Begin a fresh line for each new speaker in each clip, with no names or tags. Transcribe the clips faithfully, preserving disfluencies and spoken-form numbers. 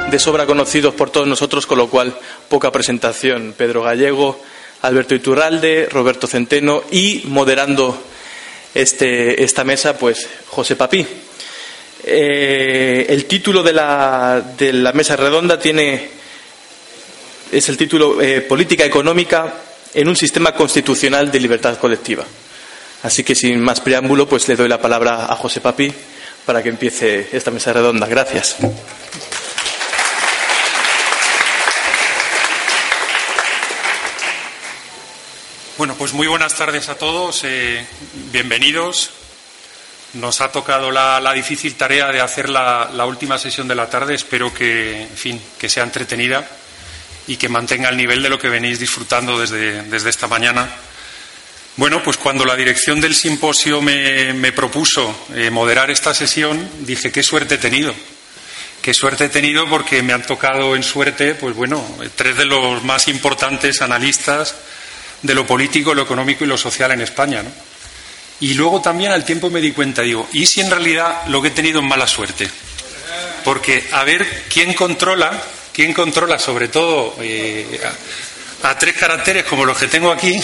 de sobra conocidos por todos nosotros, con lo cual poca presentación. Pedro Gallego, Alberto Iturralde, Roberto Centeno y, moderando este, esta mesa, pues José Papí. Eh, el título de la, de la mesa redonda tiene, es el título eh, Política económica en un sistema constitucional de libertad colectiva. Así que, sin más preámbulo, pues le doy la palabra a José Papí para que empiece esta mesa redonda. Gracias.
Bueno, pues muy buenas tardes a todos. Eh, bienvenidos. Nos ha tocado la, la difícil tarea de hacer la, la última sesión de la tarde. Espero que, en fin, que sea entretenida y que mantenga el nivel de lo que venís disfrutando desde, desde esta mañana. Bueno, pues cuando la dirección del simposio me, me propuso eh, moderar esta sesión, dije, qué suerte he tenido. Qué suerte he tenido porque me han tocado en suerte, pues bueno, tres de los más importantes analistas de lo político, lo económico y lo social en España, ¿no? Y luego también al tiempo me di cuenta, digo, ¿y si en realidad lo que he tenido es mala suerte? Porque a ver quién controla, quién controla sobre todo eh, a, a tres caracteres como los que tengo aquí,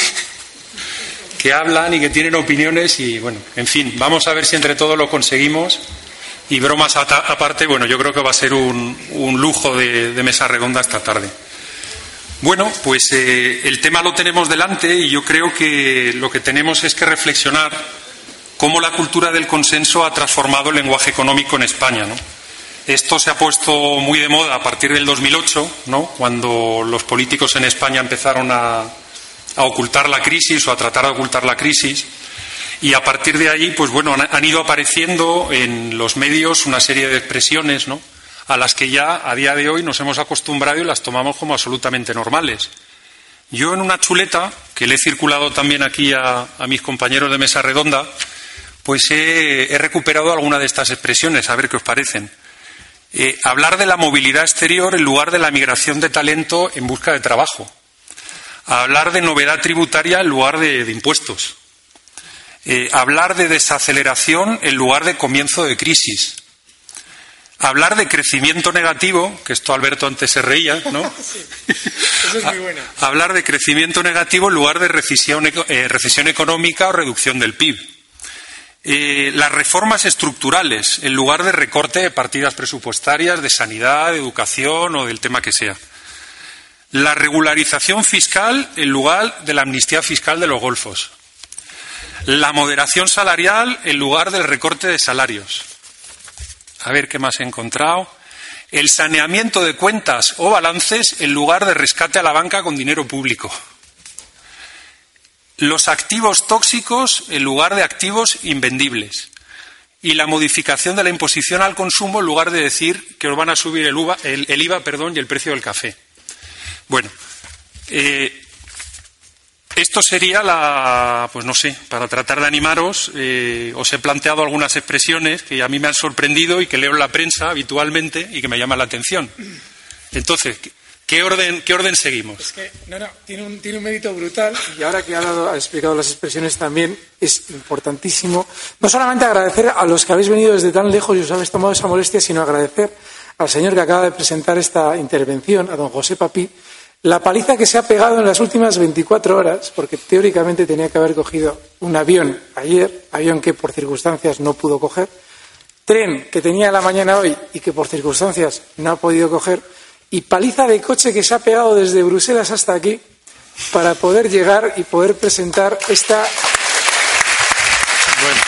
que hablan y que tienen opiniones y, bueno, en fin, vamos a ver si entre todos lo conseguimos. Y bromas aparte, bueno, yo creo que va a ser un, un lujo de, de mesa redonda esta tarde. Bueno, pues eh, el tema lo tenemos delante y yo creo que lo que tenemos es que reflexionar cómo la cultura del consenso ha transformado el lenguaje económico en España, ¿no? Esto se ha puesto muy de moda a partir del dos mil ocho, ¿no? Cuando los políticos en España empezaron a, a ocultar la crisis o a tratar de ocultar la crisis. Y a partir de ahí, pues bueno, han, han ido apareciendo en los medios una serie de expresiones, ¿no?, a las que ya a día de hoy nos hemos acostumbrado y las tomamos como absolutamente normales. Yo en una chuleta, que le he circulado también aquí a, a mis compañeros de mesa redonda, pues he, he recuperado alguna de estas expresiones, a ver qué os parecen. Eh, hablar de la movilidad exterior en lugar de la migración de talento en busca de trabajo. Hablar de novedad tributaria en lugar de, de impuestos. Eh, hablar de desaceleración en lugar de comienzo de crisis. Hablar de crecimiento negativo, que esto Alberto antes se reía, ¿no?
Sí, eso es muy bueno.
Hablar de crecimiento negativo en lugar de recesión, eh, recesión económica o reducción del P I B. Eh, las reformas estructurales en lugar de recorte de partidas presupuestarias de sanidad, de educación o del tema que sea. La regularización fiscal en lugar de la amnistía fiscal de los golfos. La moderación salarial en lugar del recorte de salarios. A ver qué más he encontrado. El saneamiento de cuentas o balances en lugar de rescate a la banca con dinero público. Los activos tóxicos en lugar de activos invendibles. Y la modificación de la imposición al consumo en lugar de decir que os van a subir el, uva, el, el I V A perdón, y el precio del café. Bueno, eh, esto sería la, pues no sé, para tratar de animaros, eh, os he planteado algunas expresiones que a mí me han sorprendido y que leo en la prensa habitualmente y que me llaman la atención. Entonces, ¿qué orden, qué orden seguimos?
Es que, no, no, tiene un, tiene un mérito brutal y ahora que ha, dado, ha explicado las expresiones también es importantísimo no solamente agradecer a los que habéis venido desde tan lejos y os habéis tomado esa molestia, sino agradecer al señor que acaba de presentar esta intervención, a don José Papí, la paliza que se ha pegado en las últimas veinticuatro horas, porque teóricamente tenía que haber cogido un avión ayer, avión que por circunstancias no pudo coger, tren que tenía la mañana hoy y que por circunstancias no ha podido coger, y paliza de coche que se ha pegado desde Bruselas hasta aquí para poder llegar y poder presentar esta,
bueno,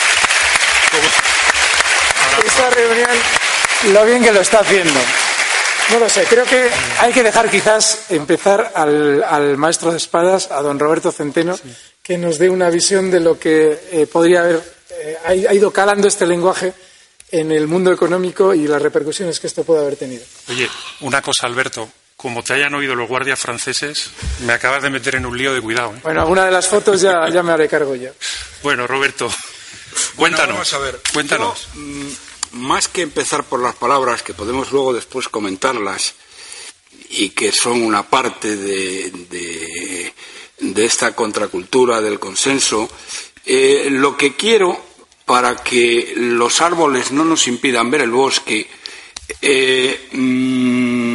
esta reunión, lo bien que lo está haciendo. No lo sé, creo que hay que dejar quizás empezar al, al maestro de espadas, a don Roberto Centeno, sí, que nos dé una visión de lo que eh, podría haber, eh, ha ido calando este lenguaje en el mundo económico y las repercusiones que esto puede haber tenido.
Oye, una cosa, Alberto, como te hayan oído los guardias franceses, me acabas de meter en un lío de cuidado, ¿eh?
Bueno, alguna de las fotos ya, ya me haré cargo ya.
Bueno, Roberto, cuéntanos.
Bueno, vamos a ver.
Cuéntanos.
Yo, mm, más que empezar por las palabras, que podemos luego después comentarlas y que son una parte de, de, de esta contracultura del consenso, eh, lo que quiero, para que los árboles no nos impidan ver el bosque, eh, mmm,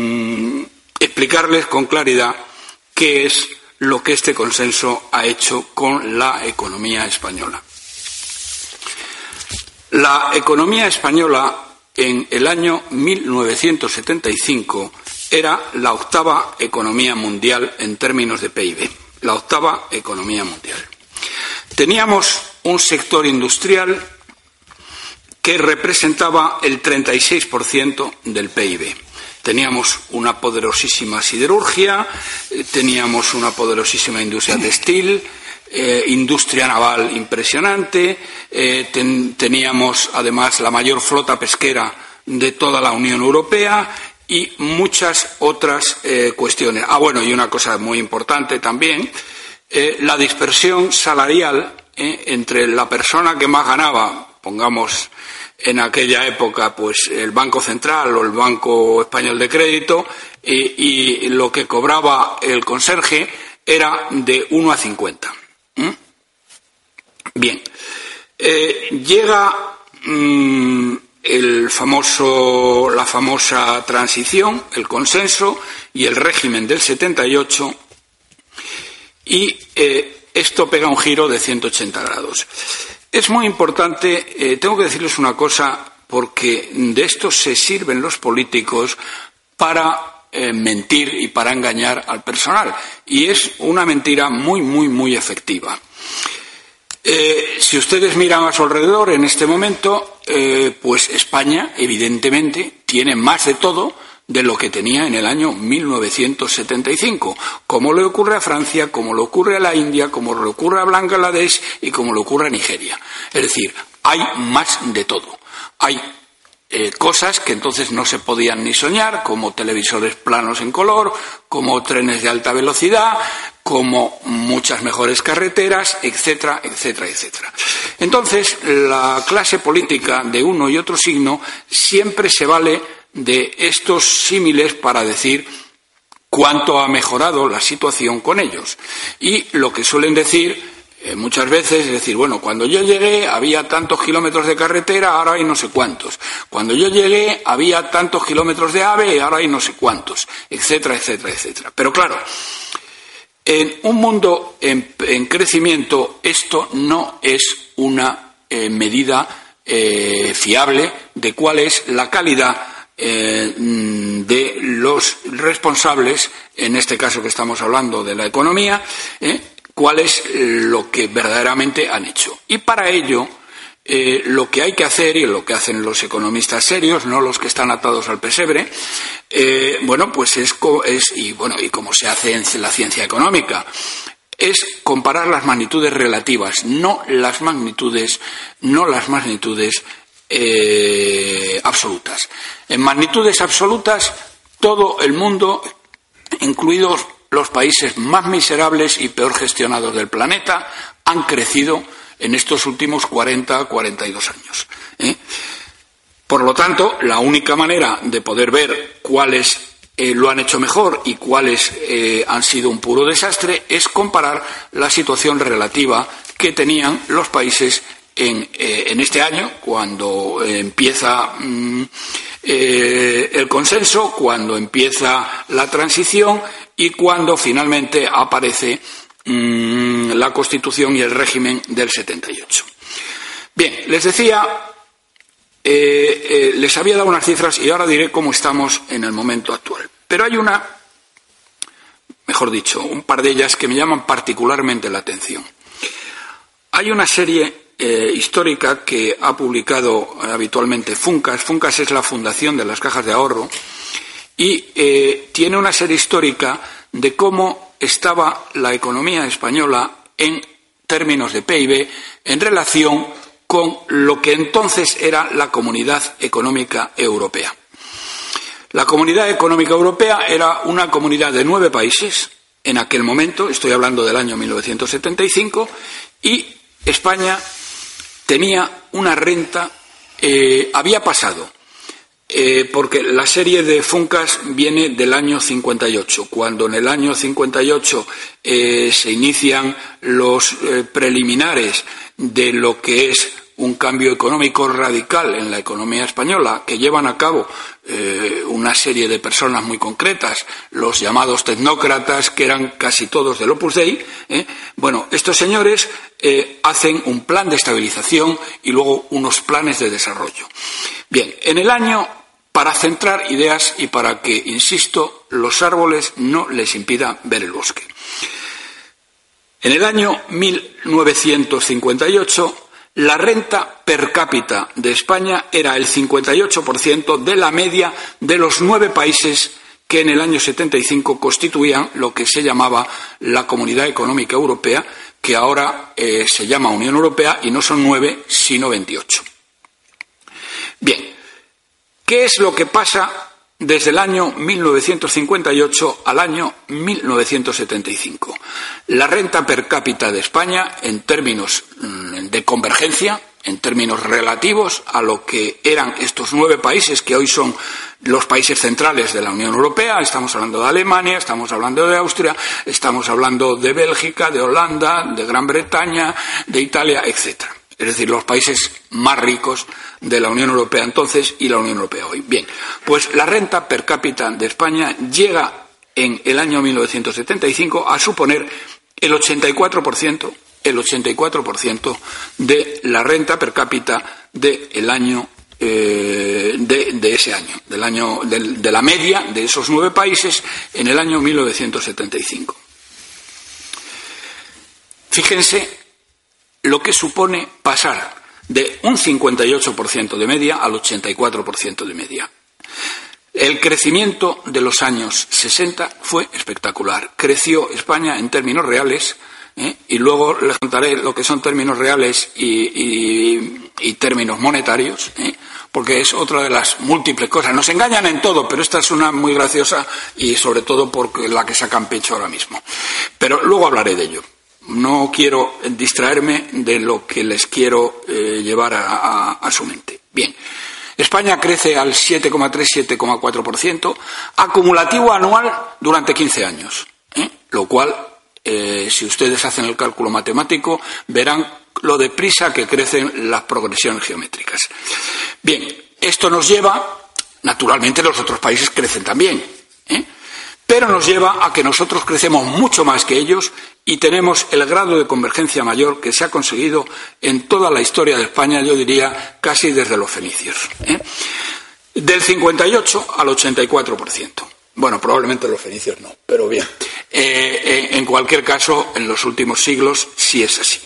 explicarles con claridad qué es lo que este consenso ha hecho con la economía española. La economía española en el año mil novecientos setenta y cinco era la octava economía mundial en términos de P I B, la octava economía mundial. Teníamos un sector industrial que representaba el treinta y seis por ciento del P I B. Teníamos una poderosísima siderurgia, teníamos una poderosísima industria textil, eh, industria naval impresionante, eh, ten, teníamos además la mayor flota pesquera de toda la Unión Europea y muchas otras eh, cuestiones. Ah, bueno, y una cosa muy importante también, eh, la dispersión salarial eh, entre la persona que más ganaba, pongamos en aquella época pues el Banco Central o el Banco Español de Crédito, y, y lo que cobraba el conserje era de uno a cincuenta. ¿Mm? Bien, eh, llega mmm, el famoso, la famosa transición, el consenso y el régimen del setenta y ocho, y eh, esto pega un giro de ciento ochenta grados. Es muy importante, eh, tengo que decirles una cosa, porque de esto se sirven los políticos para eh, mentir y para engañar al personal. Y es una mentira muy, muy, muy efectiva. Eh, si ustedes miran a su alrededor en este momento, eh, pues España, evidentemente, tiene más de todo de lo que tenía en el año mil novecientos setenta y cinco, como le ocurre a Francia, como le ocurre a la India, como le ocurre a Bangladesh y como le ocurre a Nigeria. Es decir, hay más de todo. Hay eh, cosas que entonces no se podían ni soñar, como televisores planos en color, como trenes de alta velocidad, como muchas mejores carreteras, etcétera, etcétera, etcétera. Entonces, la clase política de uno y otro signo siempre se vale de estos símiles para decir cuánto ha mejorado la situación con ellos. Y lo que suelen decir eh, muchas veces es decir, bueno, cuando yo llegué había tantos kilómetros de carretera, ahora hay no sé cuántos. Cuando yo llegué había tantos kilómetros de AVE y ahora hay no sé cuántos, etcétera, etcétera, etcétera. Pero claro, en un mundo en, en crecimiento esto no es una eh, medida eh, fiable de cuál es la calidad Eh, de los responsables, en este caso que estamos hablando de la economía, eh, cuál es lo que verdaderamente han hecho. Y para ello, eh, lo que hay que hacer, y lo que hacen los economistas serios, no los que están atados al pesebre, eh, bueno, pues es, es y bueno, y como se hace en la ciencia económica, es comparar las magnitudes relativas, no las magnitudes, no las magnitudes Eh, absolutas. En magnitudes absolutas, todo el mundo, incluidos los países más miserables y peor gestionados del planeta, han crecido en estos últimos cuarenta a cuarenta y dos años. ¿eh? Por lo tanto, la única manera de poder ver cuáles eh, lo han hecho mejor y cuáles eh, han sido un puro desastre es comparar la situación relativa que tenían los países En, eh, en este año, cuando eh, empieza mm, eh, el consenso, cuando empieza la transición y cuando finalmente aparece mm, la Constitución y el régimen del setenta y ocho. Bien, les decía, eh, eh, les había dado unas cifras y ahora diré cómo estamos en el momento actual. Pero hay una, mejor dicho, un par de ellas que me llaman particularmente la atención. Hay una serie Eh, histórica que ha publicado habitualmente Funcas. Funcas es la fundación de las cajas de ahorro y eh, tiene una serie histórica de cómo estaba la economía española en términos de P I B en relación con lo que entonces era la Comunidad Económica Europea. La Comunidad Económica Europea era una comunidad de nueve países en aquel momento, estoy hablando del año mil novecientos setenta y cinco, y España tenía una renta, eh, había pasado, eh, porque la serie de Funcas viene del año cincuenta y ocho, cuando en el año cincuenta y ocho eh, se inician los eh, preliminares de lo que es un cambio económico radical en la economía española que llevan a cabo eh, una serie de personas muy concretas, los llamados tecnócratas, que eran casi todos del Opus Dei. ¿eh? Bueno, estos señores eh, hacen un plan de estabilización y luego unos planes de desarrollo. Bien, en el año, para centrar ideas y para que, insisto, los árboles no les impidan ver el bosque. En el año mil novecientos cincuenta y ocho, la renta per cápita de España era el cincuenta y ocho por ciento de la media de los nueve países que en el año setenta y cinco constituían lo que se llamaba la Comunidad Económica Europea, que ahora eh, se llama Unión Europea, y no son nueve, sino veintiocho. Bien, ¿qué es lo que pasa desde el año mil novecientos cincuenta y ocho al año mil novecientos setenta y cinco? La renta per cápita de España, en términos de convergencia, en términos relativos a lo que eran estos nueve países que hoy son los países centrales de la Unión Europea, estamos hablando de Alemania, estamos hablando de Austria, estamos hablando de Bélgica, de Holanda, de Gran Bretaña, de Italia, etcétera. Es decir, los países más ricos de la Unión Europea entonces y la Unión Europea hoy. Bien, pues la renta per cápita de España llega en el año mil novecientos setenta y cinco a suponer el ochenta y cuatro por ciento, el ochenta y cuatro por ciento de la renta per cápita del año eh, de, de ese año, del año de, de la media de esos nueve países en el año mil novecientos setenta y cinco. Fíjense lo que supone pasar de un cincuenta y ocho por ciento de media al ochenta y cuatro por ciento de media. El crecimiento de los años sesenta fue espectacular. Creció España en términos reales, ¿eh? y luego les contaré lo que son términos reales y, y, y términos monetarios, ¿eh? porque es otra de las múltiples cosas. Nos engañan en todo, pero esta es una muy graciosa y sobre todo porque la que sacan pecho ahora mismo. Pero luego hablaré de ello. No quiero distraerme de lo que les quiero eh, llevar a, a, a su mente. Bien, España crece al siete coma tres, siete coma cuatro por ciento acumulativo anual durante quince años, ¿eh? lo cual, eh, si ustedes hacen el cálculo matemático, verán lo deprisa que crecen las progresiones geométricas. Bien, esto nos lleva, naturalmente los otros países crecen también, ¿eh? pero nos lleva a que nosotros crecemos mucho más que ellos y tenemos el grado de convergencia mayor que se ha conseguido en toda la historia de España, yo diría casi desde los fenicios, ¿eh? del cincuenta y ocho al ochenta y cuatro por ciento. Bueno, probablemente los fenicios no, pero bien. Eh, eh, en cualquier caso, en los últimos siglos sí es así.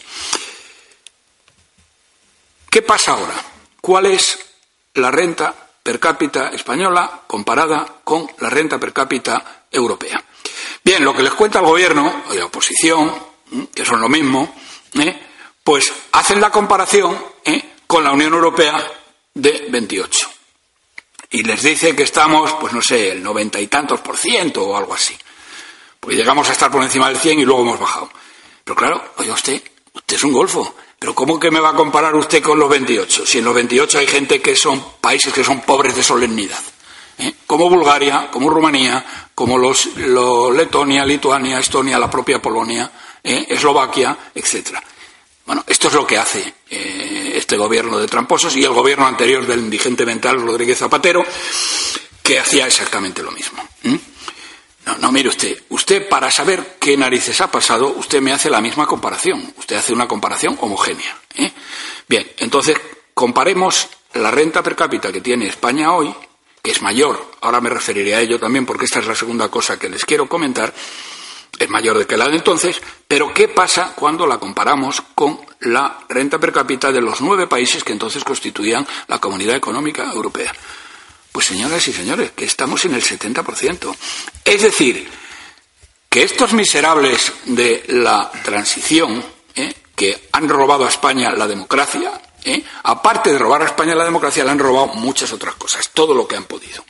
¿Qué pasa ahora? ¿Cuál es la renta per cápita española comparada con la renta per cápita europea? Bien, lo que les cuenta el gobierno y la oposición, que son lo mismo, ¿eh? pues hacen la comparación ¿eh? con la Unión Europea de veintiocho. Y les dice que estamos, pues no sé, el noventa y tantos por ciento o algo así. Pues llegamos a estar por encima del cien y luego hemos bajado. Pero claro, oiga usted, usted es un golfo. Pero ¿cómo que me va a comparar usted con los veintiocho? Si en los veintiocho hay gente que son países que son pobres de solemnidad. ¿Eh? Como Bulgaria, como Rumanía, como los, los Letonia, Lituania, Estonia, la propia Polonia, ¿eh? Eslovaquia, etcétera. Bueno, esto es lo que hace eh, este gobierno de tramposos y el gobierno anterior del indigente mental Rodríguez Zapatero, que hacía exactamente lo mismo. ¿Mm? No, no, mire usted, usted para saber qué narices ha pasado, usted me hace la misma comparación, usted hace una comparación homogénea. ¿eh? Bien, entonces comparemos la renta per cápita que tiene España hoy, que es mayor, ahora me referiré a ello también porque esta es la segunda cosa que les quiero comentar, es mayor de que la de entonces, pero ¿qué pasa cuando la comparamos con la renta per cápita de los nueve países que entonces constituían la Comunidad Económica Europea? Pues señoras y señores, que estamos en el setenta por ciento. Es decir, que estos miserables de la transición, ¿eh? que han robado a España la democracia, ¿eh? aparte de robar a España la democracia, le han robado muchas otras cosas, todo lo que han podido.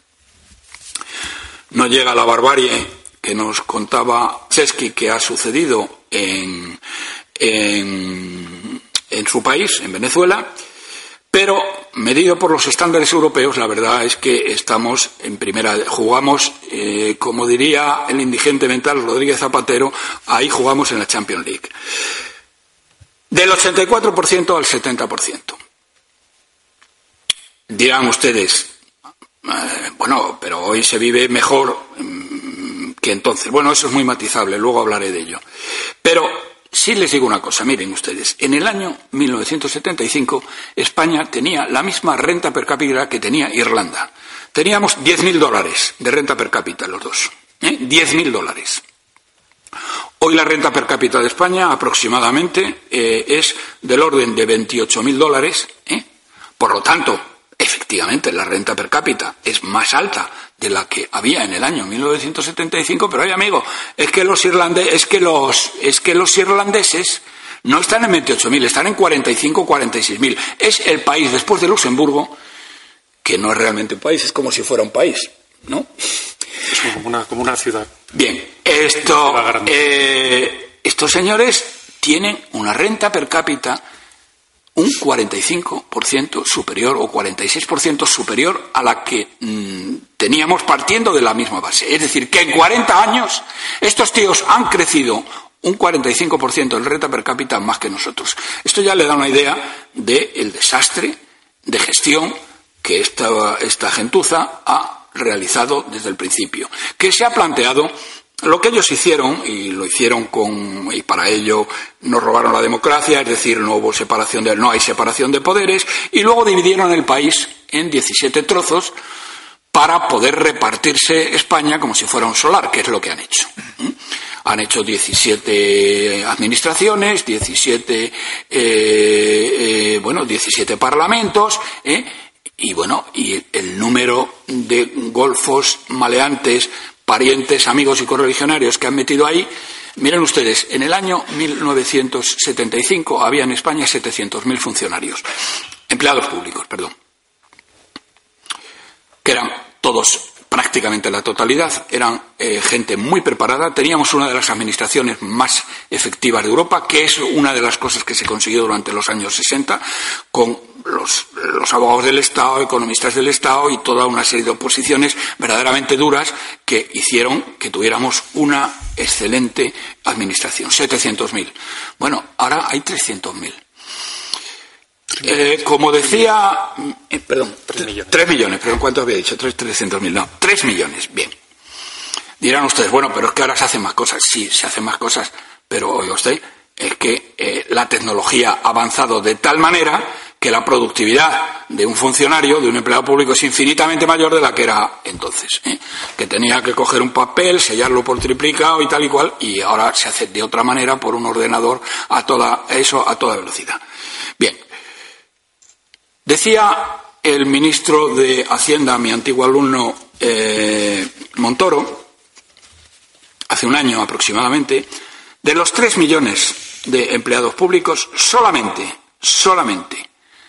No llega la barbarie que nos contaba Chesky que ha sucedido en, en, en su país, en Venezuela, pero medido por los estándares europeos, la verdad es que estamos en primera, jugamos, eh, como diría el indigente mental Rodríguez Zapatero, ahí jugamos en la Champions League. Del ochenta y cuatro por ciento al setenta por ciento. Dirán ustedes, eh, bueno, pero hoy se vive mejor mmm, que entonces. Bueno, eso es muy matizable, luego hablaré de ello. Pero sí les digo una cosa, miren ustedes, en el año mil novecientos setenta y cinco España tenía la misma renta per cápita que tenía Irlanda. Teníamos diez mil dólares de renta per cápita los dos. ¿eh? diez mil dólares. Hoy la renta per cápita de España aproximadamente eh, es del orden de veintiocho mil dólares. ¿eh? Por lo tanto, efectivamente, la renta per cápita es más alta de la que había en el año mil novecientos setenta y cinco, pero oye, amigo, es que los irlandeses, es que los, es que los irlandeses no están en veintiocho mil, están en cuarenta y cinco, cuarenta y seis mil. Es el país, después de Luxemburgo, que no es realmente un país, es como si fuera un país, ¿no?
Es como una, como una ciudad.
Bien, esto, eh, estos señores tienen una renta per cápita un cuarenta y cinco por ciento superior o cuarenta y seis por ciento superior a la que mmm, teníamos partiendo de la misma base. Es decir, que en cuarenta años estos tíos han crecido un cuarenta y cinco por ciento en renta per cápita más que nosotros. Esto ya le da una idea del desastre de gestión que esta, esta gentuza ha realizado desde el principio, que se ha planteado. Lo que ellos hicieron, y lo hicieron con, y para ello nos robaron la democracia, es decir, no hubo separación de, no hay separación de poderes, y luego dividieron el país en diecisiete trozos para poder repartirse España como si fuera un solar, que es lo que han hecho. ¿Mm? Han hecho diecisiete administraciones, diecisiete, eh, eh, bueno, diecisiete parlamentos, ¿eh? y bueno, y el número de golfos maleantes, parientes, amigos y correligionarios que han metido ahí. Miren ustedes, en el año mil novecientos setenta y cinco había en España setecientos mil funcionarios, empleados públicos, perdón, que eran todos, prácticamente la totalidad, eran eh, gente muy preparada. Teníamos una de las administraciones más efectivas de Europa, que es una de las cosas que se consiguió durante los años sesenta, con los, los abogados del Estado, economistas del Estado y toda una serie de oposiciones verdaderamente duras que hicieron que tuviéramos una excelente administración. setecientos mil. Bueno, ahora hay trescientos mil. Eh, como decía, eh, perdón, tres millones. tres millones, perdón, ¿cuánto había dicho? trescientos mil, no, tres millones, bien. Dirán ustedes, bueno, pero es que ahora se hacen más cosas. Sí, se hacen más cosas, pero oiga usted, es que eh, la tecnología ha avanzado de tal manera que la productividad de un funcionario, de un empleado público, es infinitamente mayor de la que era entonces, ¿eh? que tenía que coger un papel, sellarlo por triplicado y tal y cual, y ahora se hace de otra manera por un ordenador a toda, eso a toda velocidad. Bien. Decía el ministro de Hacienda, mi antiguo alumno eh, Montoro, hace un año aproximadamente, de los tres millones de empleados públicos, solamente, solamente,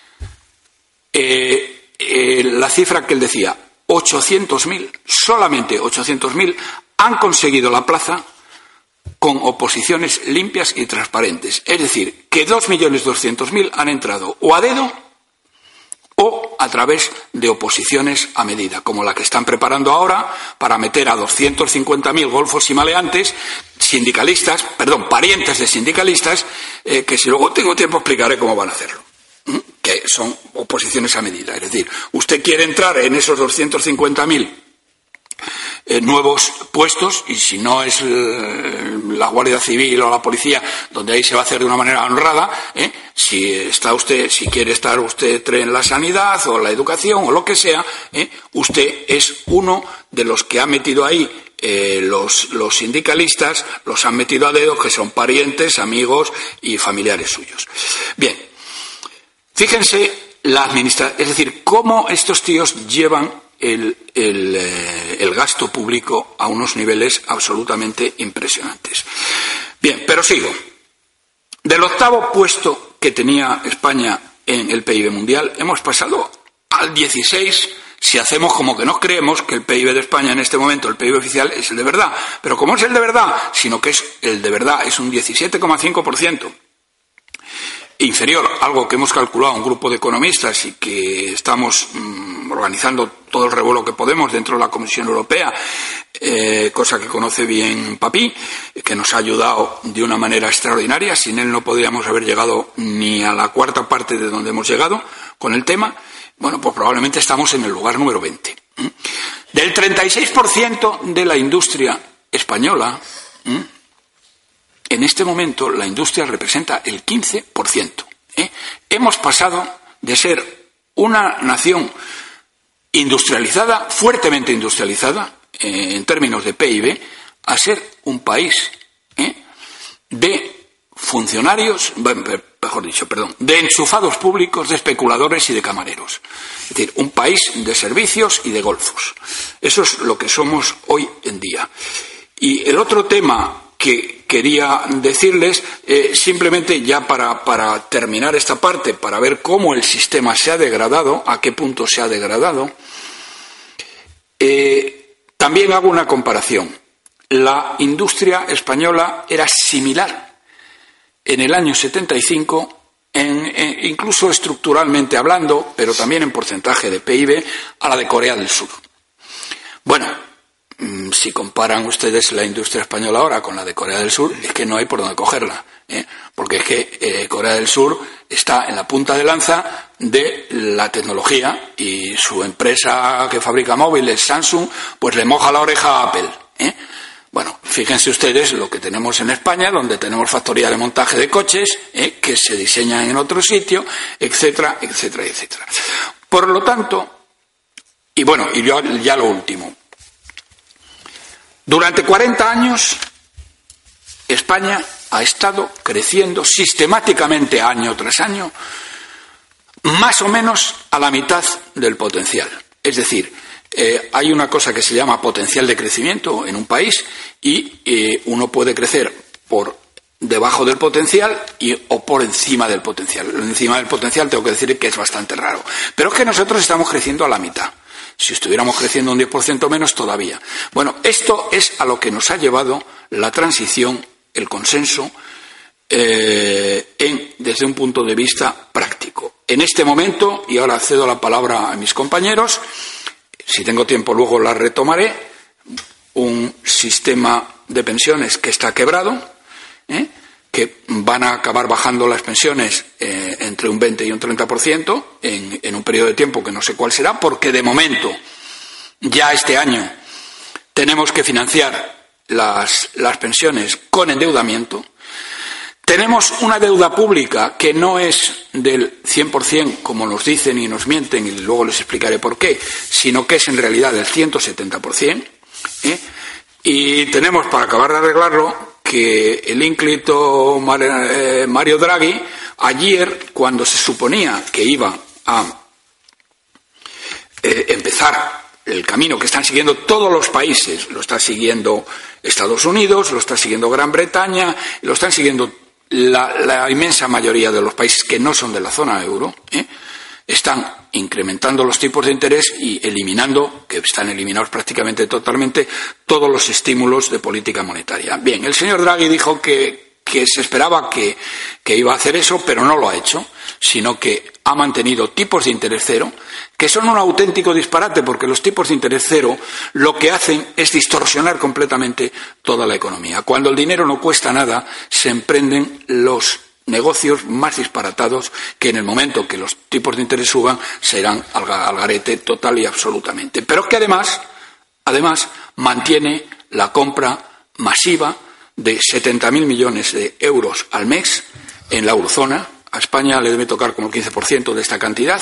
eh, eh, la cifra que él decía, ochocientos mil, solamente ochocientos mil han conseguido la plaza con oposiciones limpias y transparentes. Es decir, que dos millones doscientos mil han entrado o a dedo o a través de oposiciones a medida, como la que están preparando ahora para meter a doscientos cincuenta mil golfos y maleantes, sindicalistas, perdón, parientes de sindicalistas, eh, que si luego tengo tiempo explicaré cómo van a hacerlo. ¿Mm? Que son oposiciones a medida. Es decir, usted quiere entrar en esos doscientos cincuenta mil Eh, nuevos puestos, y si no es eh, la Guardia Civil o la Policía, donde ahí se va a hacer de una manera honrada, ¿eh? si está usted, si quiere estar usted en la sanidad o la educación o lo que sea, ¿eh? usted es uno de los que ha metido ahí eh, los, los sindicalistas, los han metido a dedo, que son parientes, amigos y familiares suyos. Bien, fíjense la administración, es decir, cómo estos tíos llevan El, el, eh, el gasto público a unos niveles absolutamente impresionantes. Bien, pero sigo. Del octavo puesto que tenía España en el P I B mundial, hemos pasado al dieciséis, si hacemos como que nos creemos que el P I B de España en este momento, el P I B oficial, es el de verdad. Pero como es el de verdad, sino que es el de verdad, es un diecisiete coma cinco por ciento. Inferior, algo que hemos calculado un grupo de economistas y que estamos mmm, organizando todo el revuelo que podemos dentro de la Comisión Europea, eh, cosa que conoce bien Papí, que nos ha ayudado de una manera extraordinaria. Sin él no podríamos haber llegado ni a la cuarta parte de donde hemos llegado con el tema. Bueno, pues probablemente estamos en el lugar número veinte. Del treinta y seis por ciento de la industria española, en este momento la industria representa el quince por ciento. ¿eh? Hemos pasado de ser una nación industrializada, fuertemente industrializada, eh, en términos de P I B, a ser un país ¿eh? de funcionarios, mejor dicho, perdón, de enchufados públicos, de especuladores y de camareros. Es decir, un país de servicios y de golfos. Eso es lo que somos hoy en día. Y el otro tema que quería decirles, eh, simplemente ya para, para terminar esta parte, para ver cómo el sistema se ha degradado, a qué punto se ha degradado, eh, también hago una comparación. La industria española era similar en el año setenta y cinco, en, en, incluso estructuralmente hablando, pero también en porcentaje de P I B, a la de Corea del Sur. Bueno, si comparan ustedes la industria española ahora con la de Corea del Sur, es que no hay por dónde cogerla, ¿eh? porque es que eh, Corea del Sur está en la punta de lanza de la tecnología y su empresa que fabrica móviles, Samsung, pues le moja la oreja a Apple. ¿eh? Bueno, fíjense ustedes lo que tenemos en España, donde tenemos factoría de montaje de coches, ¿eh? que se diseñan en otro sitio, etcétera, etcétera, etcétera. Por lo tanto, y bueno, y yo, ya lo último. Durante cuarenta años, España ha estado creciendo sistemáticamente año tras año, más o menos a la mitad del potencial. Es decir, eh, hay una cosa que se llama potencial de crecimiento en un país y eh, uno puede crecer por debajo del potencial y, o por encima del potencial. Encima del potencial tengo que decir que es bastante raro. Pero es que nosotros estamos creciendo a la mitad. Si estuviéramos creciendo un diez por ciento menos, todavía. Bueno, esto es a lo que nos ha llevado la transición, el consenso, eh, en, desde un punto de vista práctico. En este momento, y ahora cedo la palabra a mis compañeros, si tengo tiempo luego la retomaré, un sistema de pensiones que está quebrado, ¿eh? que van a acabar bajando las pensiones eh, entre un veinte y un treinta por ciento en, en un periodo de tiempo que no sé cuál será, porque de momento, ya este año, tenemos que financiar las, las pensiones con endeudamiento. Tenemos una deuda pública que no es del cien por ciento, como nos dicen y nos mienten, y luego les explicaré por qué, sino que es en realidad del ciento setenta por ciento. ¿eh? Y tenemos, para acabar de arreglarlo, que el ínclito Mario Draghi, ayer, cuando se suponía que iba a eh, empezar el camino que están siguiendo todos los países, lo está siguiendo Estados Unidos, lo está siguiendo Gran Bretaña, lo están siguiendo la, la inmensa mayoría de los países que no son de la zona euro, ¿eh? están incrementando los tipos de interés y eliminando, que están eliminados prácticamente totalmente, todos los estímulos de política monetaria. Bien, el señor Draghi dijo que, que se esperaba que, que iba a hacer eso, pero no lo ha hecho, sino que ha mantenido tipos de interés cero, que son un auténtico disparate, porque los tipos de interés cero lo que hacen es distorsionar completamente toda la economía. Cuando el dinero no cuesta nada, se emprenden los negocios más disparatados que en el momento que los tipos de interés suban serán al garete total y absolutamente. Pero es que además, además mantiene la compra masiva de setenta mil millones de euros al mes en la eurozona. A España le debe tocar como el quince por ciento de esta cantidad.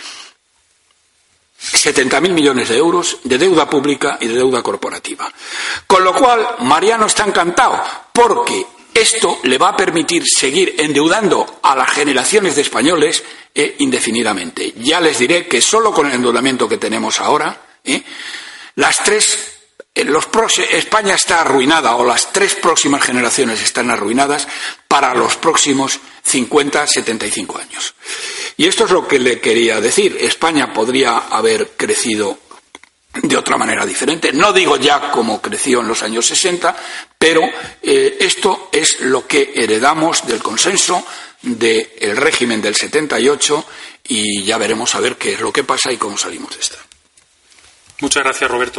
setenta mil millones de euros de deuda pública y de deuda corporativa. Con lo cual, Mariano está encantado porque esto le va a permitir seguir endeudando a las generaciones de españoles eh, indefinidamente. Ya les diré que solo con el endeudamiento que tenemos ahora, eh, las tres, eh, los pros, España está arruinada, o las tres próximas generaciones están arruinadas para los próximos cincuenta, setenta y cinco años. Y esto es lo que le quería decir. España podría haber crecido de otra manera diferente. No digo ya como creció en los años sesenta, pero eh, esto es lo que heredamos del consenso del régimen del setenta y ocho y ya veremos a ver qué es lo que pasa y cómo salimos de esta.
Muchas gracias, Roberto.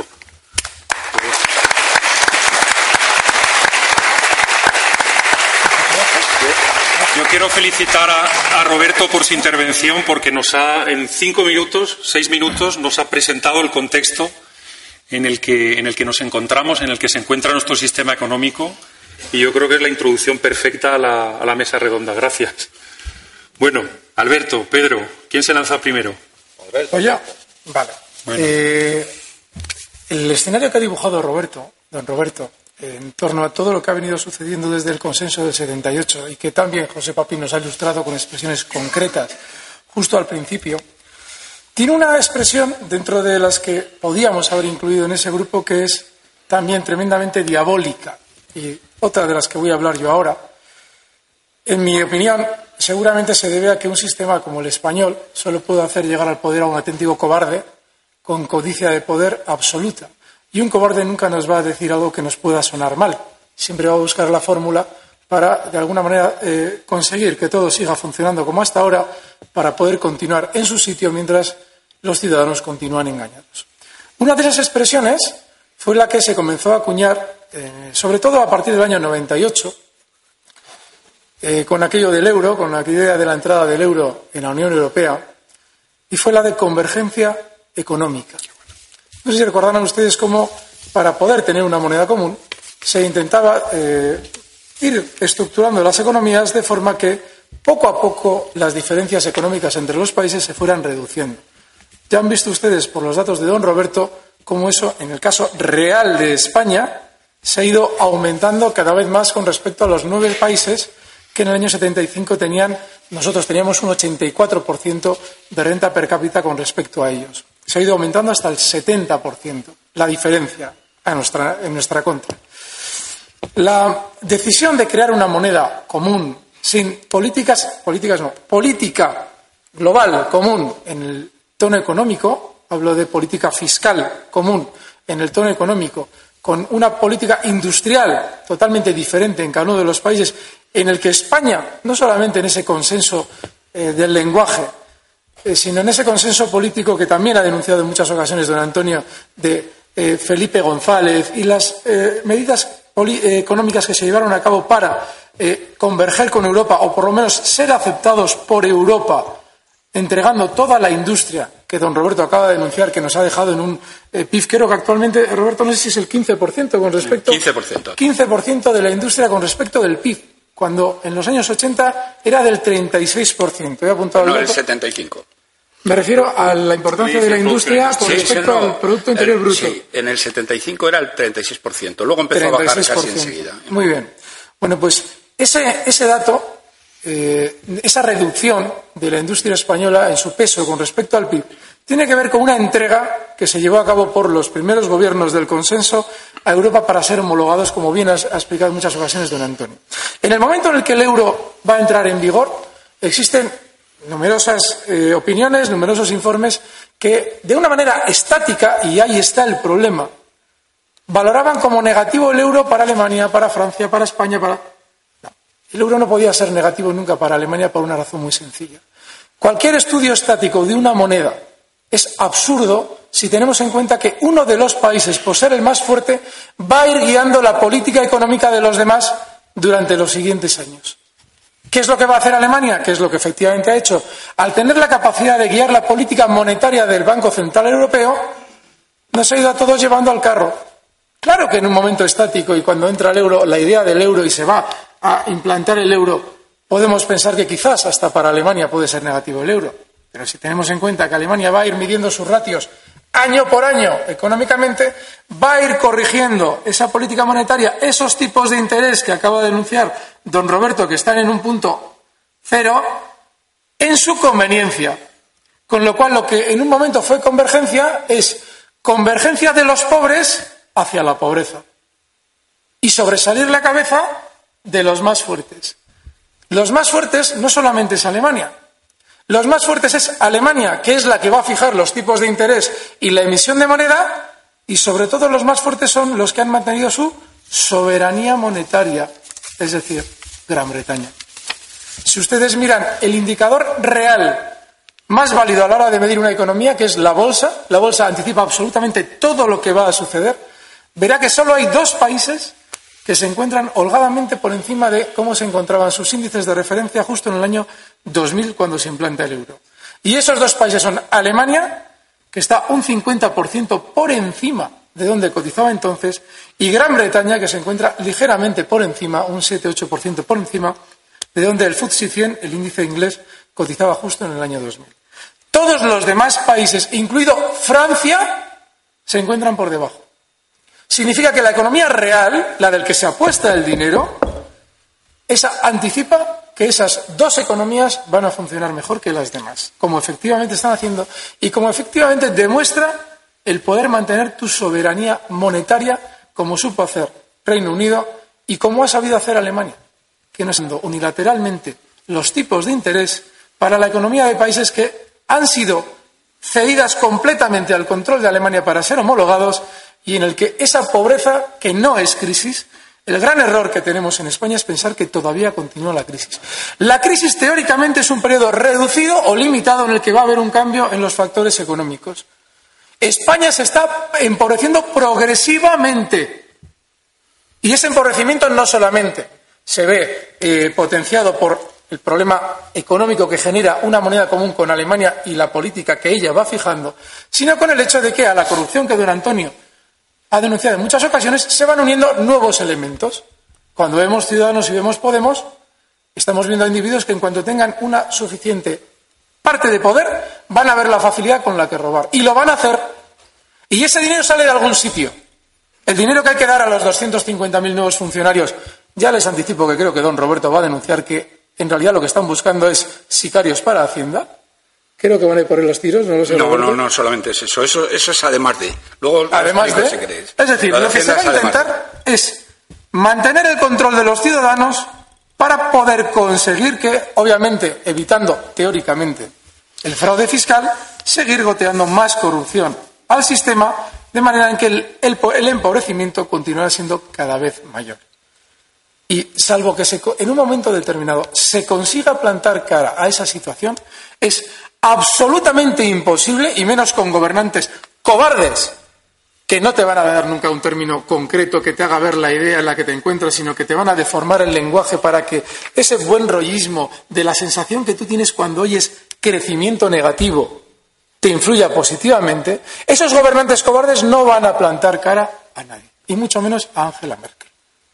Yo quiero felicitar a, a Roberto por su intervención, porque nos ha, en cinco minutos, seis minutos, nos ha presentado el contexto en el que, en el que nos encontramos, en el que se encuentra nuestro sistema económico, y yo creo que es la introducción perfecta a la, a la mesa redonda. Gracias. Bueno, Alberto, Pedro, ¿quién se lanza primero?
Pues yo. Vale. Bueno. Eh, el escenario que ha dibujado Roberto, don Roberto, en torno a todo lo que ha venido sucediendo desde el consenso del setenta y ocho y que también José Papi nos ha ilustrado con expresiones concretas justo al principio, tiene una expresión dentro de las que podíamos haber incluido en ese grupo que es también tremendamente diabólica, y otra de las que voy a hablar yo ahora. En mi opinión, seguramente se debe a que un sistema como el español solo puede hacer llegar al poder a un auténtico cobarde con codicia de poder absoluta. Y un cobarde nunca nos va a decir algo que nos pueda sonar mal. Siempre va a buscar la fórmula para, de alguna manera, eh, conseguir que todo siga funcionando como hasta ahora, para poder continuar en su sitio mientras los ciudadanos continúan engañados. Una de esas expresiones fue la que se comenzó a acuñar, eh, sobre todo a partir del año noventa y ocho, eh, con aquello del euro, con la idea de la entrada del euro en la Unión Europea, y fue la de convergencia económica. No sé si recordarán ustedes cómo, para poder tener una moneda común, se intentaba eh, ir estructurando las economías de forma que, poco a poco, las diferencias económicas entre los países se fueran reduciendo. Ya han visto ustedes, por los datos de don Roberto, cómo eso, en el caso real de España, se ha ido aumentando cada vez más con respecto a los nueve países que en el año setenta y cinco tenían, nosotros teníamos un ochenta y cuatro por ciento de renta per cápita con respecto a ellos. Se ha ido aumentando hasta el setenta por ciento, la diferencia a nuestra, en nuestra contra. La decisión de crear una moneda común sin políticas, políticas no, política global común en el tono económico, hablo de política fiscal común en el tono económico, con una política industrial totalmente diferente en cada uno de los países, en el que España, no solamente en ese consenso eh, del lenguaje, sino en ese consenso político que también ha denunciado en muchas ocasiones don Antonio, de eh, Felipe González, y las eh, medidas eh, económicas que se llevaron a cabo para eh, converger con Europa, o por lo menos ser aceptados por Europa, entregando toda la industria que don Roberto acaba de denunciar, que nos ha dejado en un eh, P I B, creo que actualmente, Roberto, no sé si es el quince por ciento con respecto...
quince por ciento.
quince por ciento de la industria con respecto del P I B, cuando en los años ochenta era del treinta y seis por ciento. He apuntado
no,
el
el setenta y cinco por ciento.
Me refiero a la importancia de la industria con
sí,
respecto
sí, no,
al Producto Interior
el,
Bruto.
Sí, en el setenta y cinco era el treinta y seis por ciento, luego empezó a bajar casi enseguida.
Muy bien. Bueno, pues ese, ese dato, eh, esa reducción de la industria española en su peso con respecto al P I B, tiene que ver con una entrega que se llevó a cabo por los primeros gobiernos del consenso a Europa para ser homologados, como bien ha explicado en muchas ocasiones don Antonio. En el momento en el que el euro va a entrar en vigor, existen numerosas eh, opiniones, numerosos informes que, de una manera estática, y ahí está el problema, valoraban como negativo el euro para Alemania, para Francia, para España, para... No. El euro no podía ser negativo nunca para Alemania por una razón muy sencilla. Cualquier estudio estático de una moneda es absurdo si tenemos en cuenta que uno de los países, por ser el más fuerte, va a ir guiando la política económica de los demás durante los siguientes años. ¿Qué es lo que va a hacer Alemania? ¿Qué es lo que efectivamente ha hecho? Al tener la capacidad de guiar la política monetaria del Banco Central Europeo, nos ha ido a todos llevando al carro. Claro que en un momento estático y cuando entra el euro, la idea del euro y se va a implantar el euro, podemos pensar que quizás hasta para Alemania puede ser negativo el euro. Pero si tenemos en cuenta que Alemania va a ir midiendo sus ratios año por año económicamente, va a ir corrigiendo esa política monetaria, esos tipos de interés que acaba de denunciar don Roberto, que están en un punto cero, en su conveniencia. Con lo cual, lo que en un momento fue convergencia es convergencia de los pobres hacia la pobreza y sobresalir la cabeza de los más fuertes. Los más fuertes no solamente es Alemania. Los más fuertes es Alemania, que es la que va a fijar los tipos de interés y la emisión de moneda, y sobre todo los más fuertes son los que han mantenido su soberanía monetaria, es decir, Gran Bretaña. Si ustedes miran el indicador real más válido a la hora de medir una economía, que es la bolsa, la bolsa anticipa absolutamente todo lo que va a suceder, verá que solo hay dos países que se encuentran holgadamente por encima de cómo se encontraban sus índices de referencia justo en el año dos mil, cuando se implanta el euro. Y esos dos países son Alemania, que está un cincuenta por ciento por encima de donde cotizaba entonces, y Gran Bretaña, que se encuentra ligeramente por encima, un siete a ocho por ciento por encima, de donde el F T S E cien, el índice inglés, cotizaba justo en el año dos mil. Todos los demás países, incluido Francia, se encuentran por debajo. Significa que la economía real, la del que se apuesta el dinero, esa anticipa que esas dos economías van a funcionar mejor que las demás, como efectivamente están haciendo y como efectivamente demuestra el poder mantener tu soberanía monetaria, como supo hacer Reino Unido y como ha sabido hacer Alemania, que no están dando unilateralmente los tipos de interés para la economía de países que han sido cedidas completamente al control de Alemania para ser homologados, y en el que esa pobreza, que no es crisis, el gran error que tenemos en España es pensar que todavía continúa la crisis. La crisis teóricamente es un periodo reducido o limitado en el que va a haber un cambio en los factores económicos. España se está empobreciendo progresivamente, y ese empobrecimiento no solamente se ve eh, potenciado por el problema económico que genera una moneda común con Alemania y la política que ella va fijando, sino con el hecho de que a la corrupción que don Antonio ha denunciado en muchas ocasiones se van uniendo nuevos elementos. Cuando vemos Ciudadanos y vemos Podemos, estamos viendo a individuos que en cuanto tengan una suficiente parte de poder van a ver la facilidad con la que robar, y lo van a hacer, y ese dinero sale de algún sitio. El dinero que hay que dar a los doscientos cincuenta mil nuevos funcionarios, ya les anticipo que creo que don Roberto va a denunciar que en realidad lo que están buscando es sicarios para Hacienda. Creo que van a ir por los tiros, no lo sé.
No, no, no solamente es eso. Eso, eso es además de. Luego,
además de.
Si queréis.
Es decir, lo que se va a intentar es mantener el control de los ciudadanos para poder conseguir que, obviamente, evitando teóricamente el fraude fiscal, seguir goteando más corrupción al sistema, de manera en que el, el, el empobrecimiento continuará siendo cada vez mayor. Y salvo que se, en un momento determinado se consiga plantar cara a esa situación, es absolutamente imposible, y menos con gobernantes cobardes que no te van a dar nunca un término concreto que te haga ver la idea en la que te encuentras, sino que te van a deformar el lenguaje para que ese buen rollismo de la sensación que tú tienes cuando oyes crecimiento negativo te influya positivamente. Esos gobernantes cobardes no van a plantar cara a nadie, y mucho menos a Angela Merkel.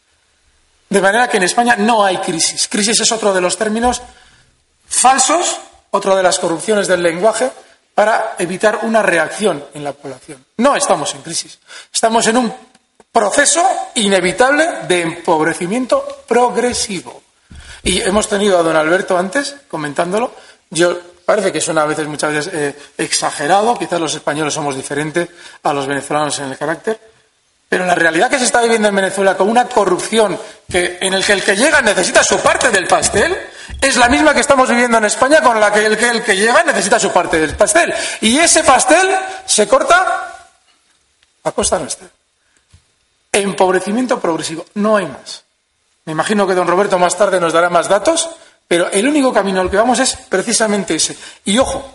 De manera que en España no hay crisis. Crisis es otro de los términos falsos, otra de las corrupciones del lenguaje, para evitar una reacción en la población. No estamos en crisis. Estamos en un proceso inevitable de empobrecimiento progresivo. Y hemos tenido a don Alberto antes comentándolo. Yo parece que suena a veces, muchas veces, eh, exagerado. Quizás los españoles somos diferentes a los venezolanos en el carácter. Pero la realidad que se está viviendo en Venezuela, con una corrupción que, en el que el que llega necesita su parte del pastel, es la misma que estamos viviendo en España, con la que el que, el que llega necesita su parte del pastel. Y ese pastel se corta a costa nuestra. Empobrecimiento progresivo. No hay más. Me imagino que don Roberto más tarde nos dará más datos, pero el único camino al que vamos es precisamente ese. Y ojo,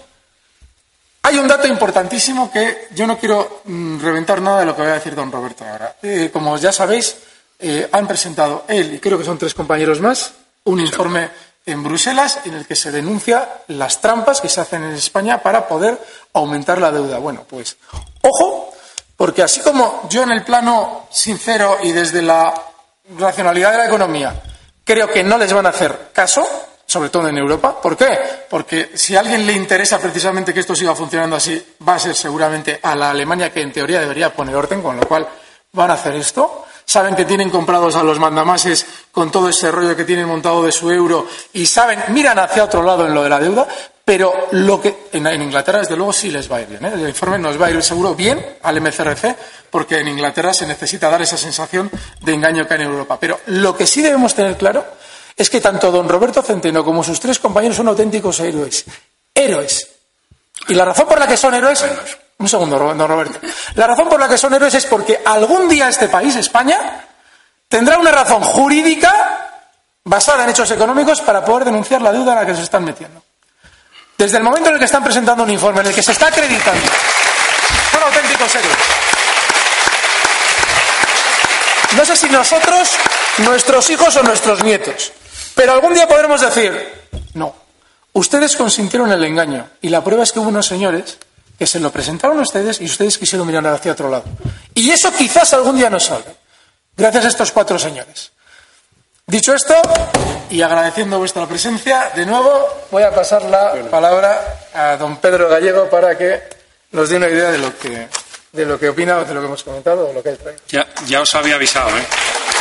hay un dato importantísimo que yo no quiero mmm, reventar nada de lo que va a decir don Roberto ahora. Eh, como ya sabéis, eh, han presentado él y creo que son tres compañeros más un informe en Bruselas en el que se denuncia las trampas que se hacen en España para poder aumentar la deuda. Bueno, pues ojo, porque así como yo en el plano sincero y desde la racionalidad de la economía creo que no les van a hacer caso, sobre todo en Europa. ¿Por qué? Porque si a alguien le interesa precisamente que esto siga funcionando así, va a ser seguramente a la Alemania, que en teoría debería poner orden, con lo cual van a hacer esto. Saben que tienen comprados a los mandamases con todo ese rollo que tienen montado de su euro y saben, miran hacia otro lado en lo de la deuda, pero lo que en, en Inglaterra desde luego sí les va a ir bien, ¿eh? El informe nos va a ir seguro bien al M C R C, porque en Inglaterra se necesita dar esa sensación de engaño que hay en Europa. Pero lo que sí debemos tener claro es que tanto don Roberto Centeno como sus tres compañeros son auténticos héroes. Héroes. Y la razón por la que son héroes... Un segundo, don Roberto. La razón por la que son héroes es porque algún día este país, España, tendrá una razón jurídica basada en hechos económicos para poder denunciar la deuda en la que se están metiendo. Desde el momento en el que están presentando un informe en el que se está acreditando, son auténticos héroes. No sé si nosotros, nuestros hijos o nuestros nietos. Pero algún día podremos decir, no, ustedes consintieron el engaño. Y la prueba es que hubo unos señores que se lo presentaron a ustedes y ustedes quisieron mirar hacia otro lado. Y eso quizás algún día nos salve. Gracias a estos cuatro señores. Dicho esto, y agradeciendo vuestra presencia, de nuevo voy a pasar la palabra a don Pedro Gallego para que nos dé una idea de lo que, de lo que opina, de lo que hemos comentado, o de lo que él trae.
Ya, ya os había avisado, ¿eh?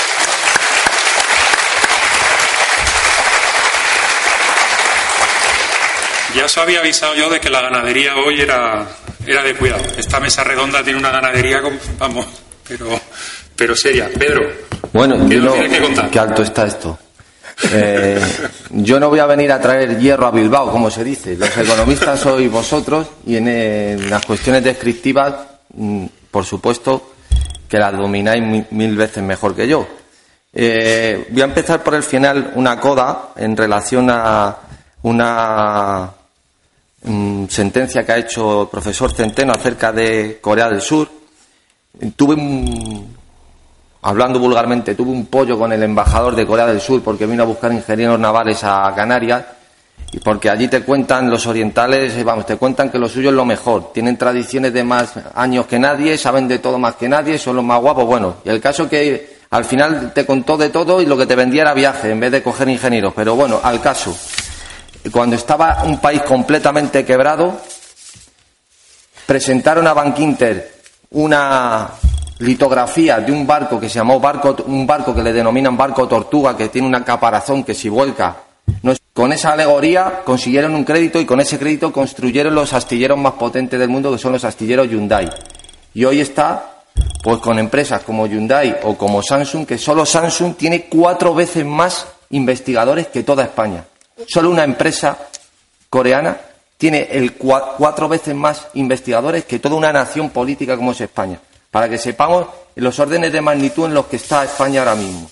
Ya os había avisado yo de que la ganadería hoy era, era de cuidado. Esta mesa redonda tiene una ganadería, con, vamos, pero, pero seria. Pedro,
bueno,
¿qué
yo
nos
no,
tienes que contar?
qué alto está esto. Eh, yo no voy a venir a traer hierro a Bilbao, como se dice. Los economistas sois vosotros y en, en las cuestiones descriptivas, por supuesto, que las domináis mil, mil veces mejor que yo. Eh, voy a empezar por el final, una coda en relación a una mm, sentencia que ha hecho el profesor Centeno acerca de Corea del Sur. Tuve un, hablando vulgarmente, tuve un pollo con el embajador de Corea del Sur porque vino a buscar ingenieros navales a Canarias y porque allí te cuentan los orientales, vamos, te cuentan que lo suyo es lo mejor, tienen tradiciones de más años que nadie, saben de todo más que nadie, son los más guapos. Bueno, y el caso que al final te contó de todo y lo que te vendía era viaje en vez de coger ingenieros. Pero bueno, al caso, cuando estaba un país completamente quebrado, presentaron a Bankinter una litografía de un barco que se llamó barco, un barco que le denominan barco tortuga, que tiene una caparazón que si vuelca, no es, con esa alegoría consiguieron un crédito y con ese crédito construyeron los astilleros más potentes del mundo, que son los astilleros Hyundai. Y hoy está pues con empresas como Hyundai o como Samsung, que solo Samsung tiene cuatro veces más investigadores que toda España. Solo una empresa coreana tiene el cua, cuatro veces más investigadores que toda una nación política como es España. Para que sepamos los órdenes de magnitud en los que está España ahora mismo.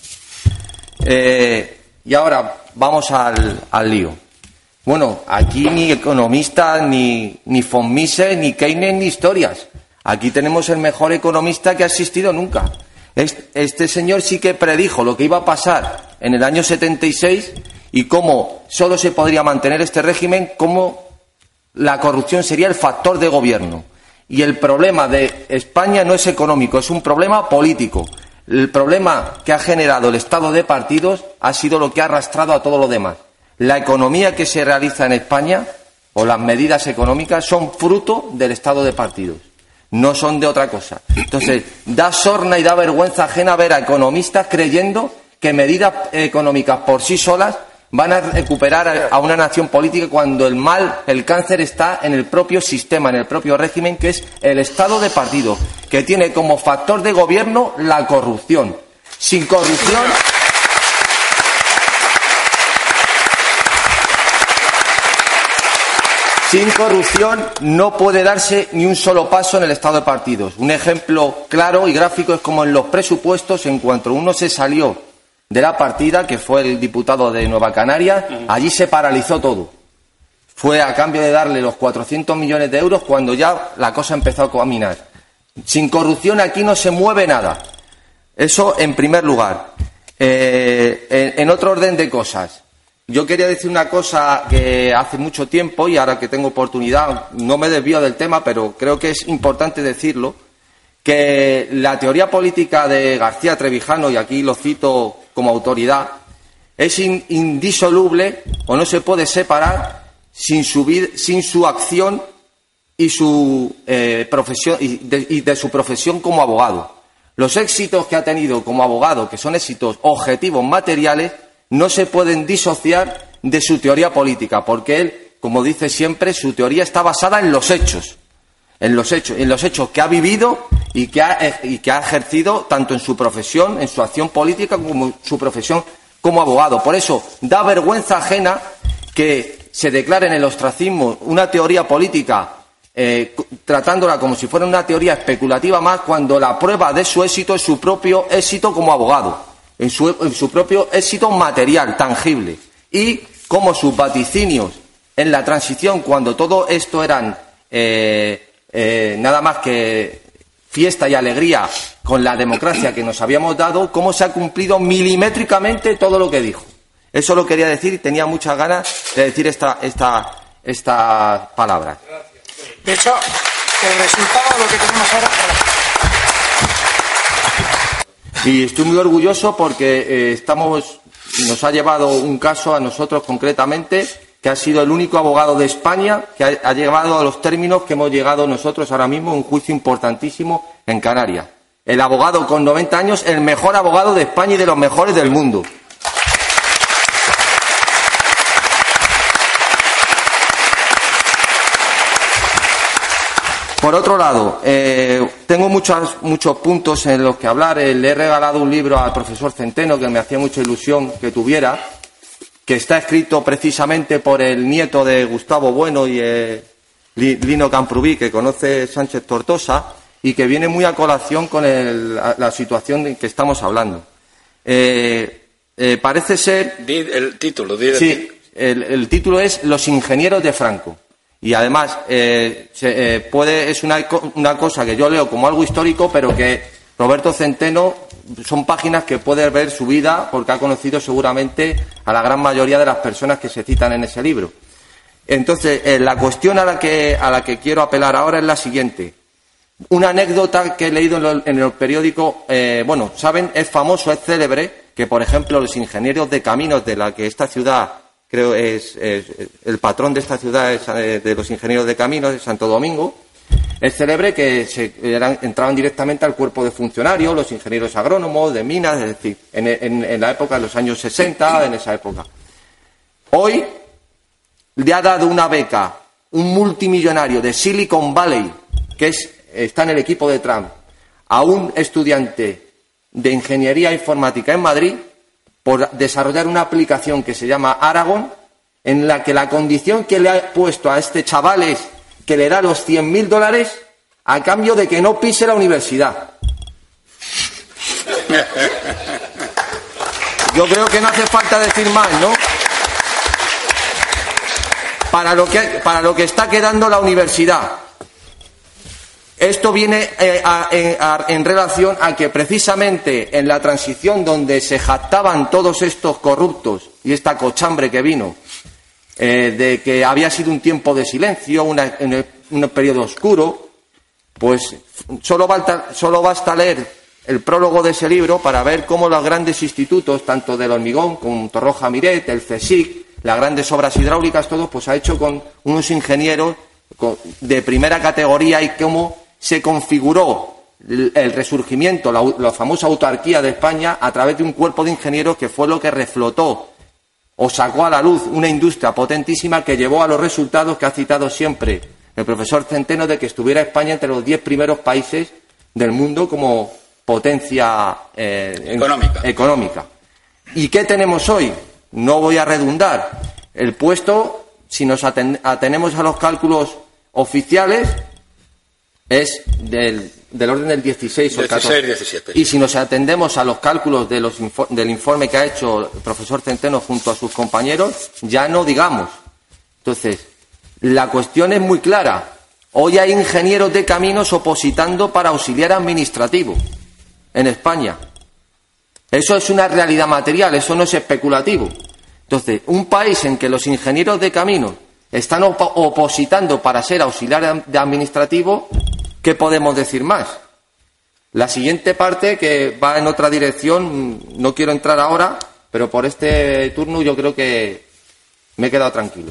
Eh, y ahora vamos al, al lío. Bueno, aquí ni economistas, ni, ni von Mises, ni Keynes, ni historias. Aquí tenemos el mejor economista que ha existido nunca. Este, este señor sí que predijo lo que iba a pasar en el año setenta y seis y cómo solo se podría mantener este régimen, cómo la corrupción sería el factor de gobierno. Y el problema de España no es económico, es un problema político. El problema que ha generado el estado de partidos ha sido lo que ha arrastrado a todo lo demás. La economía que se realiza en España, o las medidas económicas, son fruto del estado de partidos. No son de otra cosa. Entonces, da sorna y da vergüenza ajena ver a economistas creyendo que medidas económicas por sí solas van a recuperar a una nación política cuando el mal, el cáncer está en el propio sistema, en el propio régimen, que es el estado de partido, que tiene como factor de gobierno la corrupción. Sin corrupción... Sin corrupción no puede darse ni un solo paso en el estado de partidos. Un ejemplo claro y gráfico es como en los presupuestos, en cuanto uno se salió de la partida, que fue el diputado de Nueva Canarias, allí se paralizó todo. Fue a cambio de darle los cuatrocientos millones de euros cuando ya la cosa empezó a caminar. Sin corrupción aquí no se mueve nada. Eso en primer lugar. Eh, en, en otro orden de cosas. Yo quería decir una cosa que hace mucho tiempo, y ahora que tengo oportunidad, no me desvío del tema, pero creo que es importante decirlo, que la teoría política de García Trevijano, y aquí lo cito como autoridad, es in, indisoluble o no se puede separar sin su, sin su acción y, su, eh, profesión, y de, y de su profesión como abogado. Los éxitos que ha tenido como abogado, que son éxitos objetivos materiales, no se pueden disociar de su teoría política, porque él, como dice siempre, su teoría está basada en los hechos, en los hechos, en los hechos que ha vivido y que ha, y que ha ejercido tanto en su profesión, en su acción política, como en su profesión como abogado. Por eso da vergüenza ajena que se declare en el ostracismo una teoría política, eh, tratándola como si fuera una teoría especulativa más, cuando la prueba de su éxito es su propio éxito como abogado. En su, en su propio éxito material, tangible, y como sus vaticinios en la transición, cuando todo esto eran eh, eh, nada más que fiesta y alegría con la democracia que nos habíamos dado, cómo se ha cumplido milimétricamente todo lo que dijo. Eso lo quería decir y tenía muchas ganas de decir esta, esta, esta palabra.
De hecho, el resultado de lo que tenemos ahora...
Y estoy muy orgulloso porque eh, estamos, nos ha llevado un caso a nosotros concretamente, que ha sido el único abogado de España que ha, ha llegado a los términos que hemos llegado nosotros ahora mismo, un juicio importantísimo en Canarias. El abogado con noventa años, el mejor abogado de España y de los mejores del mundo. Por otro lado, eh, tengo muchos, muchos puntos en los que hablar. Eh, le he regalado un libro al profesor Centeno que me hacía mucha ilusión que tuviera, que está escrito precisamente por el nieto de Gustavo Bueno y eh, Lino Camprubí, que conoce Sánchez Tortosa, y que viene muy a colación con el, la situación de que estamos hablando. Eh, eh, parece ser...
Di el título. Di el
sí, el, el título es Los ingenieros de Franco. Y además eh, se, eh, puede es una, una cosa que yo leo como algo histórico, pero que Roberto Centeno son páginas que puede ver su vida porque ha conocido seguramente a la gran mayoría de las personas que se citan en ese libro. Entonces, eh, la cuestión a la que a la que quiero apelar ahora es la siguiente. Una anécdota que he leído en, lo, en el periódico, eh, bueno, saben, es famoso, es célebre, que por ejemplo los ingenieros de caminos de la que esta ciudad creo es, es el patrón de esta ciudad es, eh, de los ingenieros de caminos de Santo Domingo, es célebre que se, eran, entraban directamente al cuerpo de funcionarios, los ingenieros agrónomos, de minas, es decir, en, en, en la época de los años sesenta, en esa época. Hoy le ha dado una beca un multimillonario de Silicon Valley, que es, está en el equipo de Trump, a un estudiante de ingeniería informática en Madrid, por desarrollar una aplicación que se llama Aragon, en la que la condición que le ha puesto a este chaval es que le da los cien mil dólares a cambio de que no pise la universidad. Yo creo que no hace falta decir más, ¿no? Para lo que, para lo que está quedando la universidad. Esto viene eh, a, a, en relación a que precisamente en la transición donde se jactaban todos estos corruptos y esta cochambre que vino, eh, de que había sido un tiempo de silencio, una, un, un periodo oscuro, pues solo basta, solo basta leer el prólogo de ese libro para ver cómo los grandes institutos, tanto del hormigón como Torroja Miret, el CSIC, las grandes obras hidráulicas, todo, pues ha hecho con unos ingenieros de primera categoría y cómo se configuró el resurgimiento, la, la famosa autarquía de España a través de un cuerpo de ingenieros que fue lo que reflotó o sacó a la luz una industria potentísima que llevó a los resultados que ha citado siempre el profesor Centeno de que estuviera España entre los diez primeros países del mundo como potencia eh,
económica.
económica. ¿Y qué tenemos hoy? No voy a redundar. El puesto, si nos aten- atenemos a los cálculos oficiales, es del, del orden del dieciséis o el catorce.
dieciséis, diecisiete.
Y si nos atendemos a los cálculos de los info- del informe que ha hecho el profesor Centeno junto a sus compañeros, ya no digamos. Entonces, la cuestión es muy clara. Hoy hay ingenieros de caminos opositando para auxiliar administrativo en España. Eso es una realidad material, eso no es especulativo. Entonces, un país en que los ingenieros de caminos están op- opositando para ser auxiliar de administrativo, ¿qué podemos decir más? La siguiente parte, que va en otra dirección, no quiero entrar ahora, pero por este turno yo creo que me he quedado tranquilo.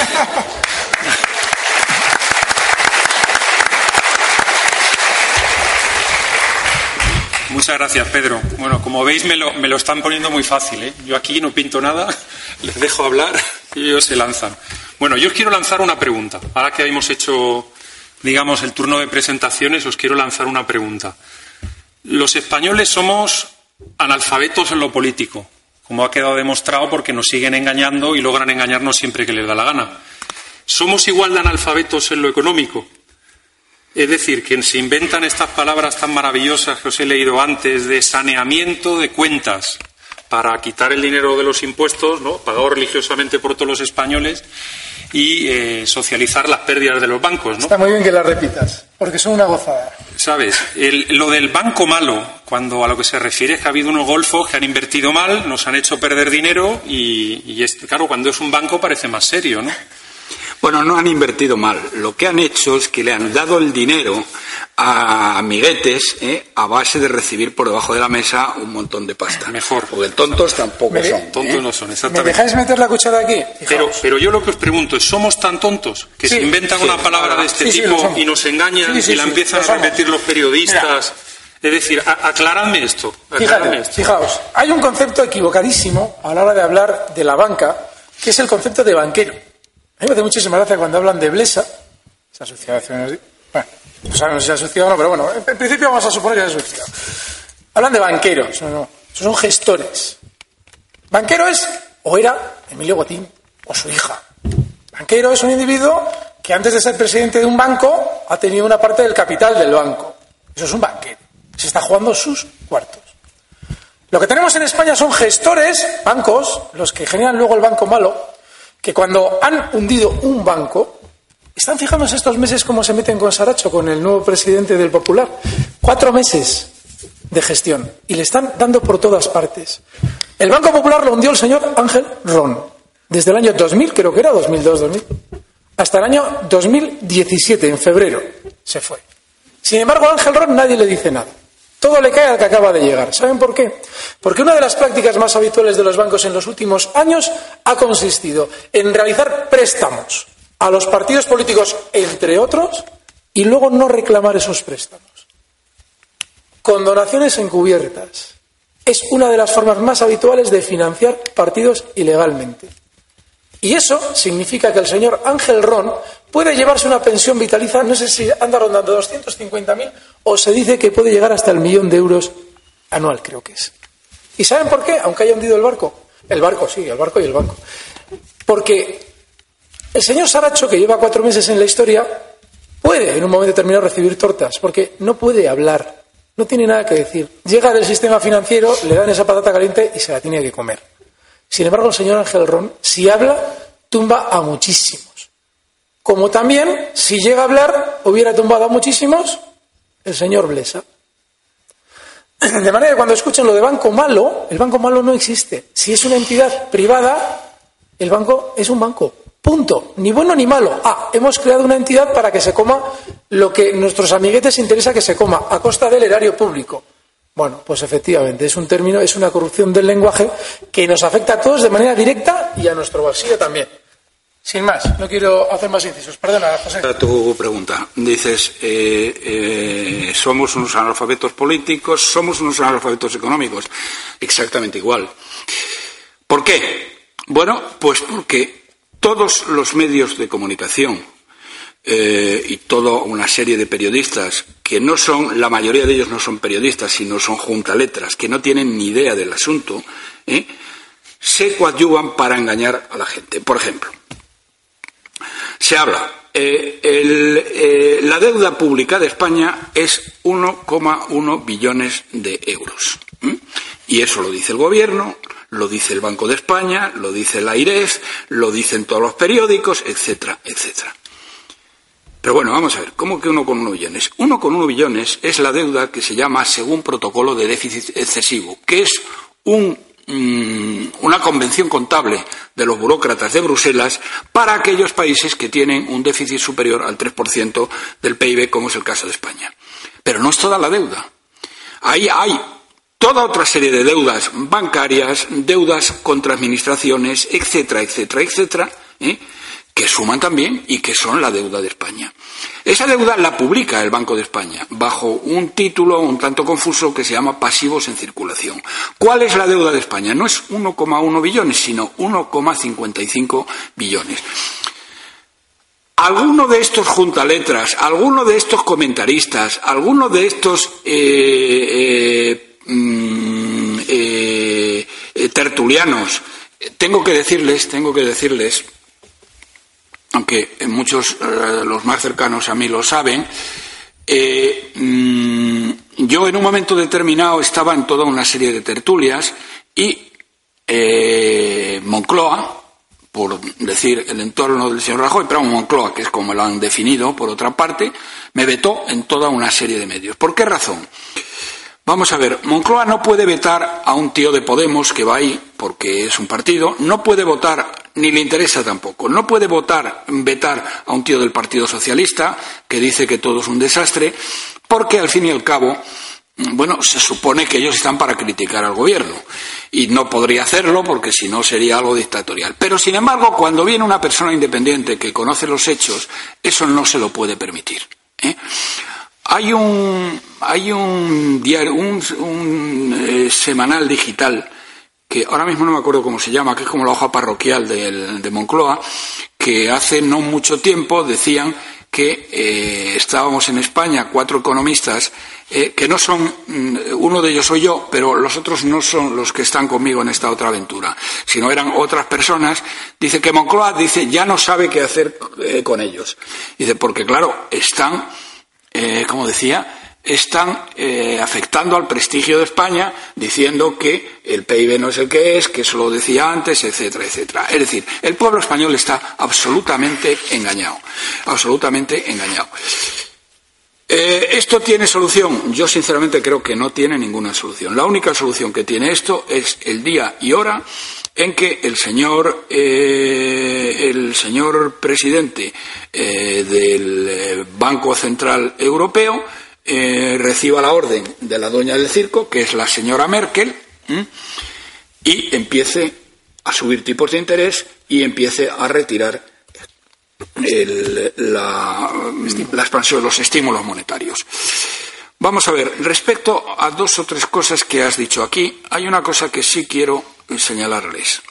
Muchas gracias, Pedro. Bueno, como veis, me lo, me lo están poniendo muy fácil, ¿eh? Yo aquí no pinto nada, les dejo hablar y ellos se lanzan. Bueno, yo os quiero lanzar una pregunta. Ahora que hemos hecho, digamos, el turno de presentaciones, os quiero lanzar una pregunta. Los españoles somos analfabetos en lo político, como ha quedado demostrado porque nos siguen engañando y logran engañarnos siempre que les da la gana. ¿Somos igual de analfabetos en lo económico? Es decir, que se inventan estas palabras tan maravillosas que os he leído antes de saneamiento de cuentas para quitar el dinero de los impuestos, ¿no?, pagado religiosamente por todos los españoles, y eh, socializar las pérdidas de los bancos, ¿no?
Está muy bien que las repitas, porque son una gozada.
¿Sabes? El, lo del banco malo, cuando a lo que se refiere es que ha habido unos golfos que han invertido mal, nos han hecho perder dinero y, y este, claro, cuando es un banco parece más serio, ¿no?
Bueno, no han invertido mal. Lo que han hecho es que le han dado el dinero a amiguetes ¿eh? a base de recibir por debajo de la mesa un montón de pasta.
Mejor.
Porque tontos tampoco
Me de-
son.
Tontos
¿eh?
no son,
¿Me
exactamente.
dejáis meter la cuchara aquí? Fijaos.
Pero, pero yo lo que os pregunto es, ¿somos tan tontos que
Sí,
se inventan
sí,
una palabra de este
sí, sí,
tipo
lo somos.
y nos engañan
Sí, sí,
y la
sí,
empiezan
lo
a
somos.
repetir los periodistas? Es decir, a- aclaradme esto. Aclaradme
Fíjate,
esto.
fijaos, hay un concepto equivocadísimo a la hora de hablar de la banca, que es el concepto de banquero. A mí me hace muchísima gracia cuando hablan de Blesa, esa asociación, bueno, no sabemos si se ha asociado o no, pero bueno, en principio vamos a suponer que se ha asociado. Hablan de banqueros, no, no, esos son gestores. Banquero es, o era, Emilio Botín, o su hija. Banquero es un individuo que antes de ser presidente de un banco ha tenido una parte del capital del banco. Eso es un banquero. Se está jugando sus cuartos. Lo que tenemos en España son gestores, bancos, los que generan luego el banco malo, que cuando han hundido un banco, están fijándose estos meses cómo se meten con Saracho, con el nuevo presidente del Popular. Cuatro meses de gestión y le están dando por todas partes. El Banco Popular lo hundió el señor Ángel Ron. Desde el año dos mil, creo que era dos mil dos, dos mil, hasta el año dos mil diecisiete, en febrero, se fue. Sin embargo, a Ángel Ron nadie le dice nada. Todo le cae al que acaba de llegar. ¿Saben por qué? Porque una de las prácticas más habituales de los bancos en los últimos años ha consistido en realizar préstamos a los partidos políticos, entre otros, y luego no reclamar esos préstamos. Condonaciones encubiertas. Es una de las formas más habituales de financiar partidos ilegalmente. Y eso significa que el señor Ángel Ron puede llevarse una pensión vitaliza, no sé si anda rondando doscientos cincuenta mil o se dice que puede llegar hasta el millón de euros anual, creo que es. ¿Y saben por qué? Aunque haya hundido el barco. El barco, sí, el barco y el banco. Porque el señor Saracho, que lleva cuatro meses en la historia, puede en un momento determinado recibir tortas, porque no puede hablar, no tiene nada que decir. Llega del sistema financiero, le dan esa patata caliente y se la tiene que comer. Sin embargo, el señor Ángel Ron, si habla, tumba a muchísimos. Como también, si llega a hablar, hubiera tumbado a muchísimos el señor Blesa. De manera que cuando escuchen lo de banco malo, el banco malo no existe. Si es una entidad privada, el banco es un banco. Punto. Ni bueno ni malo. Ah, hemos creado una entidad para que se coma lo que nuestros amiguetes interesa que se coma, a costa del erario público. Bueno, pues efectivamente, es un término, es una corrupción del lenguaje que nos afecta a todos de manera directa y a nuestro bolsillo también. Sin más, no quiero hacer más incisos. Perdona, José.
Para tu pregunta, dices, eh, eh, somos unos analfabetos políticos, somos unos analfabetos económicos. Exactamente igual. ¿Por qué? Bueno, pues porque todos los medios de comunicación eh, y toda una serie de periodistas que no son, la mayoría de ellos no son periodistas, sino son juntaletras, que no tienen ni idea del asunto, ¿eh? se coadyuvan para engañar a la gente. Por ejemplo, se habla, eh, el, eh, la deuda pública de España es uno coma uno billones de euros. ¿eh? Y eso lo dice el Gobierno, lo dice el Banco de España, lo dice la AIREF, lo dicen todos los periódicos, etcétera, etcétera. Pero bueno, vamos a ver, ¿cómo que uno coma uno billones? uno coma uno billones es la deuda que se llama según protocolo de déficit excesivo, que es un, mm, una convención contable de los burócratas de Bruselas para aquellos países que tienen un déficit superior al tres por ciento del P I B, como es el caso de España. Pero no es toda la deuda. Ahí hay toda otra serie de deudas bancarias, deudas contra administraciones, etcétera, etcétera, etcétera, ¿eh? que suman también y que son la deuda de España. Esa deuda la publica el Banco de España bajo un título un tanto confuso que se llama pasivos en circulación. ¿Cuál es la deuda de España? No es uno coma uno billones, sino uno coma cincuenta y cinco billones. Alguno de estos juntaletras, alguno de estos comentaristas, alguno de estos eh, eh, mm, eh, eh, tertulianos, tengo que decirles, tengo que decirles aunque muchos, eh, los más cercanos a mí lo saben, eh, mmm, yo en un momento determinado estaba en toda una serie de tertulias y eh, Moncloa, por decir el entorno del señor Rajoy, pero Moncloa, que es como lo han definido por otra parte, me vetó en toda una serie de medios. ¿Por qué razón? Vamos a ver, Moncloa no puede vetar a un tío de Podemos que va ahí, porque es un partido, no puede votar, ni le interesa tampoco, no puede votar, vetar a un tío del Partido Socialista, que dice que todo es un desastre, porque al fin y al cabo, bueno, se supone que ellos están para criticar al gobierno, y no podría hacerlo porque si no sería algo dictatorial. Pero, sin embargo, cuando viene una persona independiente que conoce los hechos, eso no se lo puede permitir, ¿eh? Hay un, hay un diario, un, un eh, semanal digital, que ahora mismo no me acuerdo cómo se llama, que es como la hoja parroquial de, de Moncloa, que hace no mucho tiempo decían que eh, estábamos en España cuatro economistas, eh, que no son, uno de ellos soy yo, pero los otros no son los que están conmigo en esta otra aventura, sino eran otras personas. Dice que Moncloa, dice, ya no sabe qué hacer eh, con ellos. Dice, porque claro, están... Eh, como decía, están eh, afectando al prestigio de España, diciendo que el P I B no es el que es, que eso lo decía antes, etcétera, etcétera. Es decir, el pueblo español está absolutamente engañado, absolutamente engañado. Eh, ¿Esto tiene solución? Yo sinceramente creo que no tiene ninguna solución. La única solución que tiene esto es el día y hora en que el señor, eh, el señor presidente eh, del Banco Central Europeo eh, reciba la orden de la dueña del circo, que es la señora Merkel, ¿m? y empiece a subir tipos de interés y empiece a retirar el, la, la expansión de los estímulos monetarios. Vamos a ver, respecto a dos o tres cosas que has dicho aquí, hay una cosa que sí quiero señalarles.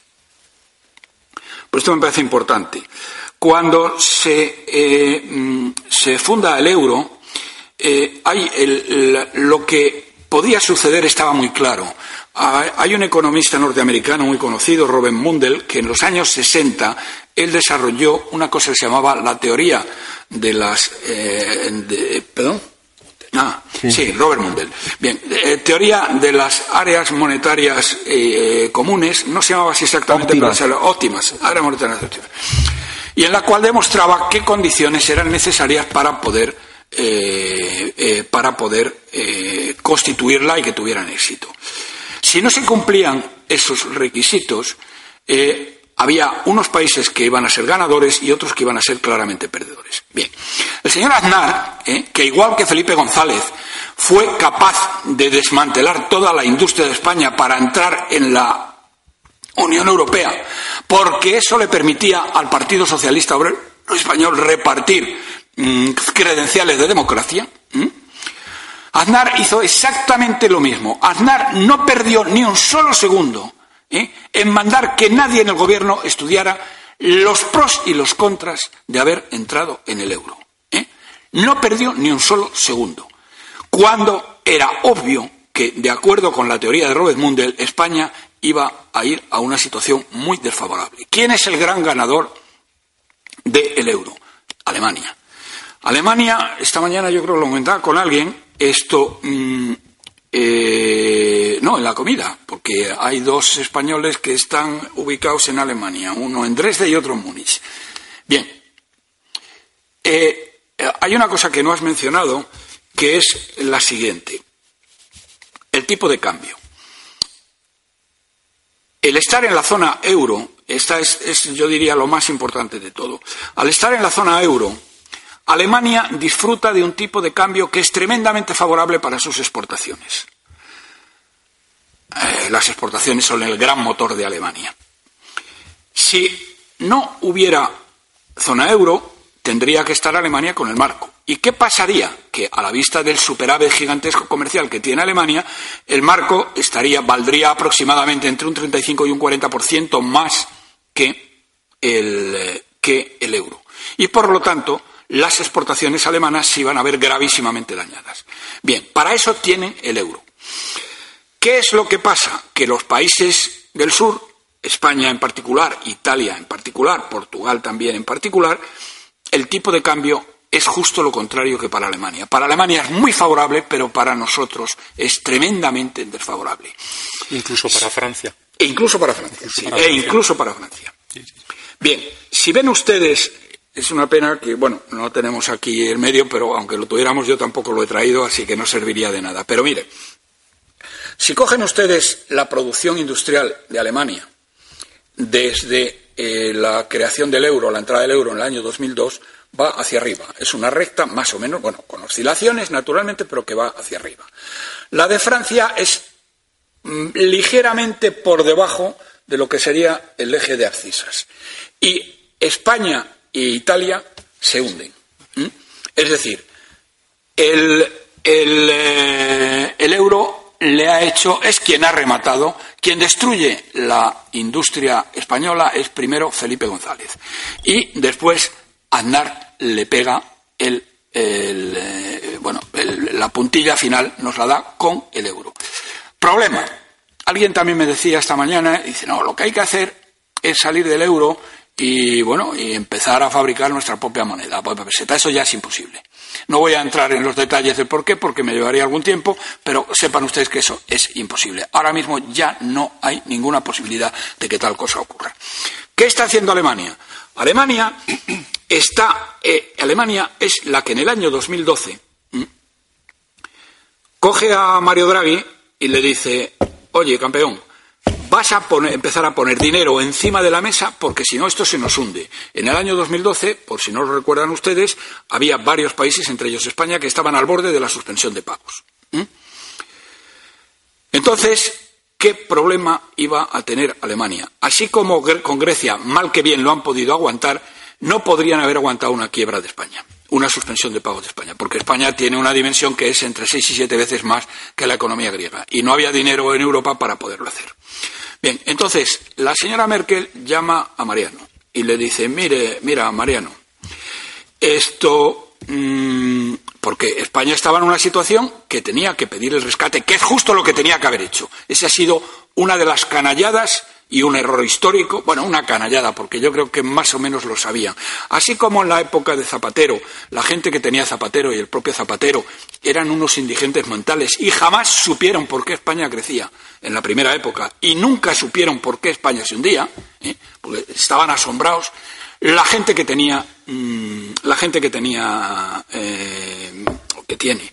Pues esto me parece importante. Cuando se, eh, se funda el euro, eh, hay el, lo que podía suceder estaba muy claro. Hay un economista norteamericano muy conocido, Robert Mundell, que en los años sesenta él desarrolló una cosa que se llamaba la teoría de las... Eh, de, ¿Perdón? Ah, sí, sí, Robert Mundell. Bien, eh, teoría de las áreas monetarias eh, comunes, no se llamaba así exactamente, óptimas, pero óptimas, áreas monetarias óptimas, y en la cual demostraba qué condiciones eran necesarias para poder eh, eh, para poder eh, constituirla y que tuvieran éxito. Si no se cumplían esos requisitos, eh, había unos países que iban a ser ganadores y otros que iban a ser claramente perdedores. Bien, el señor Aznar, eh, que igual que Felipe González, fue capaz de desmantelar toda la industria de España para entrar en la Unión Europea, porque eso le permitía al Partido Socialista Obrero Español repartir mmm, credenciales de democracia. ¿Mm? Aznar hizo exactamente lo mismo. Aznar no perdió ni un solo segundo ¿eh? en mandar que nadie en el gobierno estudiara los pros y los contras de haber entrado en el euro. ¿eh? No perdió ni un solo segundo. Cuando era obvio que, de acuerdo con la teoría de Robert Mundell, España iba a ir a una situación muy desfavorable. ¿Quién es el gran ganador del euro? Alemania. Alemania, esta mañana yo creo que lo comentaba con alguien, esto, mmm, eh, no, en la comida, porque hay dos españoles que están ubicados en Alemania, uno en Dresde y otro en Múnich. Bien, eh, hay una cosa que no has mencionado, que es la siguiente, el tipo de cambio. El estar en la zona euro, esta es, es, yo diría, lo más importante de todo. Al estar en la zona euro, Alemania disfruta de un tipo de cambio que es tremendamente favorable para sus exportaciones. Eh, las exportaciones son el gran motor de Alemania. Si no hubiera zona euro, tendría que estar Alemania con el marco. ¿Y qué pasaría? Que a la vista del superávit gigantesco comercial que tiene Alemania, el marco estaría, valdría aproximadamente entre un treinta y cinco y un cuarenta por ciento más que el, que el euro. Y por lo tanto, las exportaciones alemanas se iban a ver gravísimamente dañadas. Bien, para eso tienen el euro. ¿Qué es lo que pasa? Que los países del sur, España en particular, Italia en particular, Portugal también en particular, el tipo de cambio es justo lo contrario que para Alemania. Para Alemania es muy favorable, pero para nosotros es tremendamente desfavorable.
Incluso para Francia.
E incluso para Francia, sí,
para
e
Francia.
incluso para Francia.
Sí, sí, sí.
Bien, si ven ustedes, es una pena que, bueno, no tenemos aquí el medio, pero aunque lo tuviéramos yo tampoco lo he traído, así que no serviría de nada. Pero mire, si cogen ustedes la producción industrial de Alemania desde eh, la creación del euro, la entrada del euro en el año dos mil dos, va hacia arriba. Es una recta más o menos, bueno, con oscilaciones naturalmente, pero que va hacia arriba. La de Francia es mm, ligeramente por debajo de lo que sería el eje de abscisas. Y España e Italia se hunden. ¿Mm? Es decir, el, el, eh, el euro le ha hecho, es quien ha rematado, quien destruye la industria española es primero Felipe González. Y después Aznar le pega el, el, eh, bueno, el, la puntilla final, nos la da con el euro. Problema. Alguien también me decía esta mañana, dice, no, lo que hay que hacer es salir del euro y, bueno, y empezar a fabricar nuestra propia moneda. Pues peseta, eso ya es imposible. No voy a entrar en los detalles del por qué, porque me llevaría algún tiempo, pero sepan ustedes que eso es imposible. Ahora mismo ya no hay ninguna posibilidad de que tal cosa ocurra. ¿Qué está haciendo Alemania? Alemania está, eh, Alemania es la que en el año dos mil doce ¿m? coge a Mario Draghi y le dice, oye, campeón, vas a poner, empezar a poner dinero encima de la mesa porque si no esto se nos hunde. En el año dos mil doce, por si no lo recuerdan ustedes, había varios países, entre ellos España, que estaban al borde de la suspensión de pagos. ¿Mm? Entonces, ¿qué problema iba a tener Alemania? Así como con Grecia, mal que bien lo han podido aguantar, no podrían haber aguantado una quiebra de España, una suspensión de pagos de España, porque España tiene una dimensión que es entre seis y siete veces más que la economía griega, y no había dinero en Europa para poderlo hacer. Bien, entonces, la señora Merkel llama a Mariano y le dice, mire, mira, Mariano, esto, mmm, porque España estaba en una situación que tenía que pedir el rescate, que es justo lo que tenía que haber hecho. Esa ha sido una de las canalladas y un error histórico, bueno, una canallada, porque yo creo que más o menos lo sabían. Así como en la época de Zapatero, la gente que tenía Zapatero y el propio Zapatero eran unos indigentes mentales y jamás supieron por qué España crecía en la primera época y nunca supieron por qué España se hundía, ¿eh? Porque estaban asombrados. La gente que tenía, mmm, la gente que tenía, eh, que tiene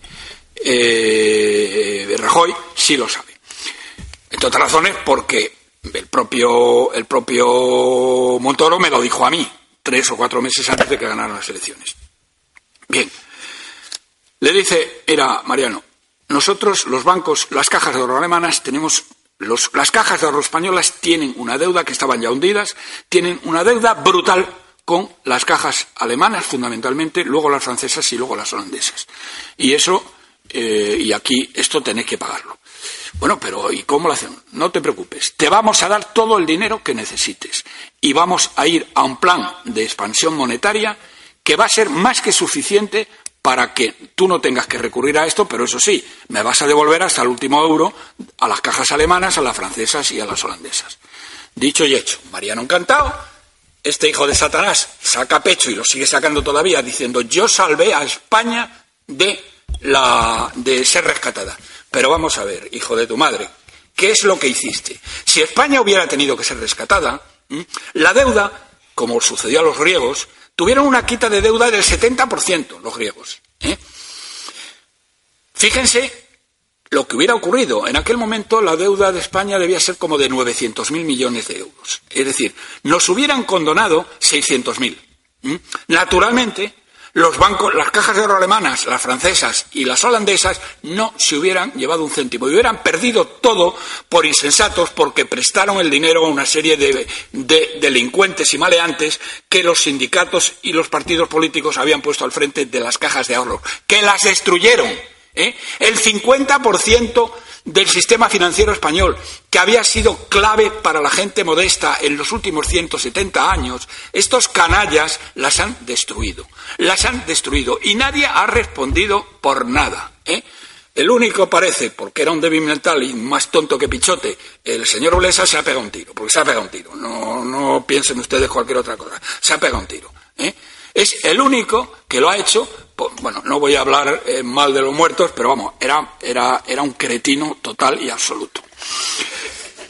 eh, Rajoy, sí lo sabe. Entre otras razones, porque el propio, el propio Montoro me lo dijo a mí, tres o cuatro meses antes de que ganaran las elecciones. Bien, le dice, mira, Mariano, nosotros, los bancos, las cajas de ahorro alemanas, tenemos, los, las cajas de ahorro españolas tienen una deuda que estaban ya hundidas, tienen una deuda brutal con las cajas alemanas, fundamentalmente, luego las francesas y luego las holandesas. Y eso, eh, y aquí, esto tenéis que pagarlo. Bueno, pero ¿y cómo lo hacemos? No te preocupes, te vamos a dar todo el dinero que necesites y vamos a ir a un plan de expansión monetaria que va a ser más que suficiente para que tú no tengas que recurrir a esto, pero eso sí, me vas a devolver hasta el último euro a las cajas alemanas, a las francesas y a las holandesas. Dicho y hecho, Mariano encantado, este hijo de Satanás saca pecho y lo sigue sacando todavía diciendo yo salvé a España de, la, de ser rescatada. Pero vamos a ver, hijo de tu madre, ¿qué es lo que hiciste? Si España hubiera tenido que ser rescatada, ¿m? la deuda, como sucedió a los griegos, tuvieron una quita de deuda del setenta por ciento los griegos. ¿eh? Fíjense lo que hubiera ocurrido. En aquel momento la deuda de España debía ser como de novecientos mil millones de euros. Es decir, nos hubieran condonado seiscientos mil. ¿eh? Naturalmente, los bancos, las cajas de ahorro alemanas, las francesas y las holandesas no se hubieran llevado un céntimo y hubieran perdido todo por insensatos porque prestaron el dinero a una serie de, de delincuentes y maleantes que los sindicatos y los partidos políticos habían puesto al frente de las cajas de ahorro, que las destruyeron. ¿eh? El cincuenta por ciento del sistema financiero español, que había sido clave para la gente modesta en los últimos ciento setenta años, estos canallas las han destruido. Las han destruido y nadie ha respondido por nada. ¿eh? El único parece, porque era un débil mental y más tonto que Pichote, el señor Olesa se ha pegado un tiro, porque se ha pegado un tiro. No, no piensen ustedes cualquier otra cosa. Se ha pegado un tiro. ¿eh? Es el único que lo ha hecho. Bueno, no voy a hablar eh, mal de los muertos, pero vamos, era, era, era un cretino total y absoluto.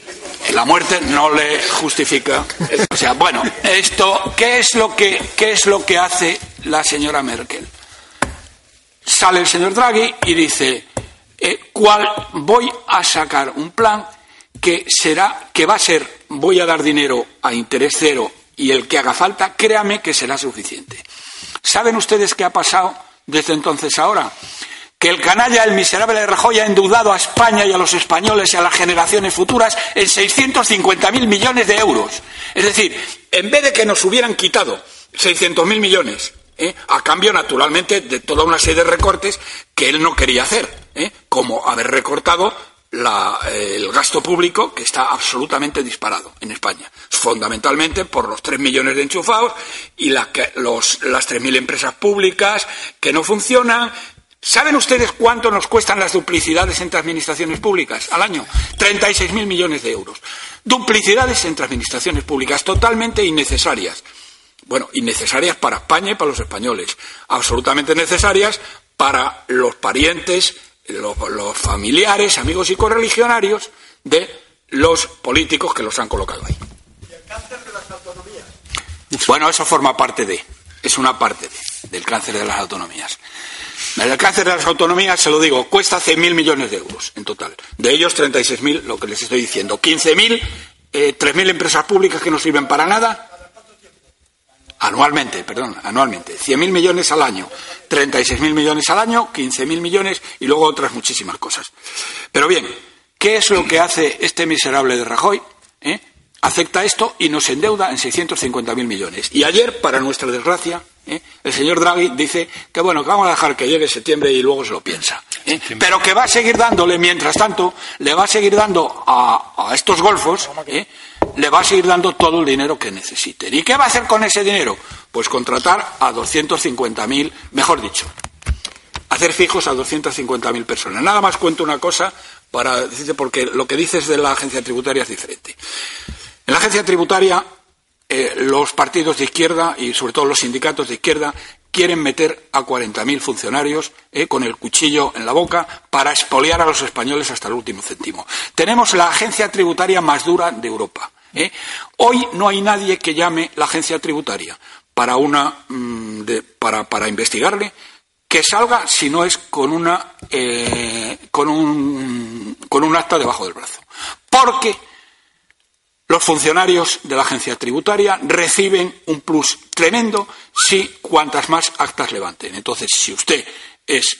la muerte no le justifica. O sea, bueno, esto, ¿qué es lo que, qué es lo que hace la señora Merkel? Sale el señor Draghi y dice, eh, ¿cuál? Voy a sacar un plan que será, que va a ser, voy a dar dinero a interés cero y el que haga falta, créame que será suficiente. ¿Saben ustedes qué ha pasado desde entonces a ahora? Que el canalla, el miserable de Rajoy ha endeudado a España y a los españoles y a las generaciones futuras en seiscientos cincuenta mil millones de euros. Es decir, en vez de que nos hubieran quitado seiscientos mil millones, ¿eh? a cambio, naturalmente, de toda una serie de recortes que él no quería hacer, ¿eh? como haber recortado la, eh, el gasto público, que está absolutamente disparado en España, fundamentalmente por los tres millones de enchufados y la, que, los, las tres mil empresas públicas que no funcionan. ¿Saben ustedes cuánto nos cuestan las duplicidades entre administraciones públicas al año? treinta y seis mil millones de euros. Duplicidades entre administraciones públicas totalmente innecesarias. Bueno, innecesarias para España y para los españoles. Absolutamente necesarias para los parientes, los, los familiares, amigos y correligionarios de los políticos que los han colocado ahí.
¿Y el cáncer de las autonomías?
Bueno, eso forma parte de, es una parte de, del cáncer de las autonomías. El cáncer de las autonomías, se lo digo, cuesta cien mil millones de euros en total. De ellos, treinta y seis mil, lo que les estoy diciendo. quince mil, eh, tres mil empresas públicas que no sirven para nada. Anualmente, perdón, anualmente. cien mil millones al año. treinta y seis mil millones al año, quince mil millones y luego otras muchísimas cosas. Pero bien, ¿qué es lo que hace este miserable de Rajoy? ¿Eh? Acepta esto y nos endeuda en seiscientos cincuenta mil millones. Y ayer, para nuestra desgracia, ¿eh? el señor Draghi dice que bueno, que vamos a dejar que llegue septiembre y luego se lo piensa. ¿eh? Pero que va a seguir dándole, mientras tanto, le va a seguir dando a, a estos golfos, ¿eh? le va a seguir dando todo el dinero que necesiten. ¿Y qué va a hacer con ese dinero? Pues contratar a doscientos cincuenta mil, mejor dicho, hacer fijos a doscientas cincuenta mil personas. Nada más cuento una cosa para decirte, porque lo que dices de la agencia tributaria es diferente. En la agencia tributaria, eh, los partidos de izquierda y sobre todo los sindicatos de izquierda quieren meter a cuarenta mil funcionarios eh, con el cuchillo en la boca para expoliar a los españoles hasta el último céntimo. Tenemos la agencia tributaria más dura de Europa. ¿eh? Hoy no hay nadie que llame la agencia tributaria para, una, mmm, de, para, para investigarle, que salga si no es con, una, eh, con, un, con un acta debajo del brazo. Porque los funcionarios de la agencia tributaria reciben un plus tremendo si cuantas más actas levanten. Entonces, si usted es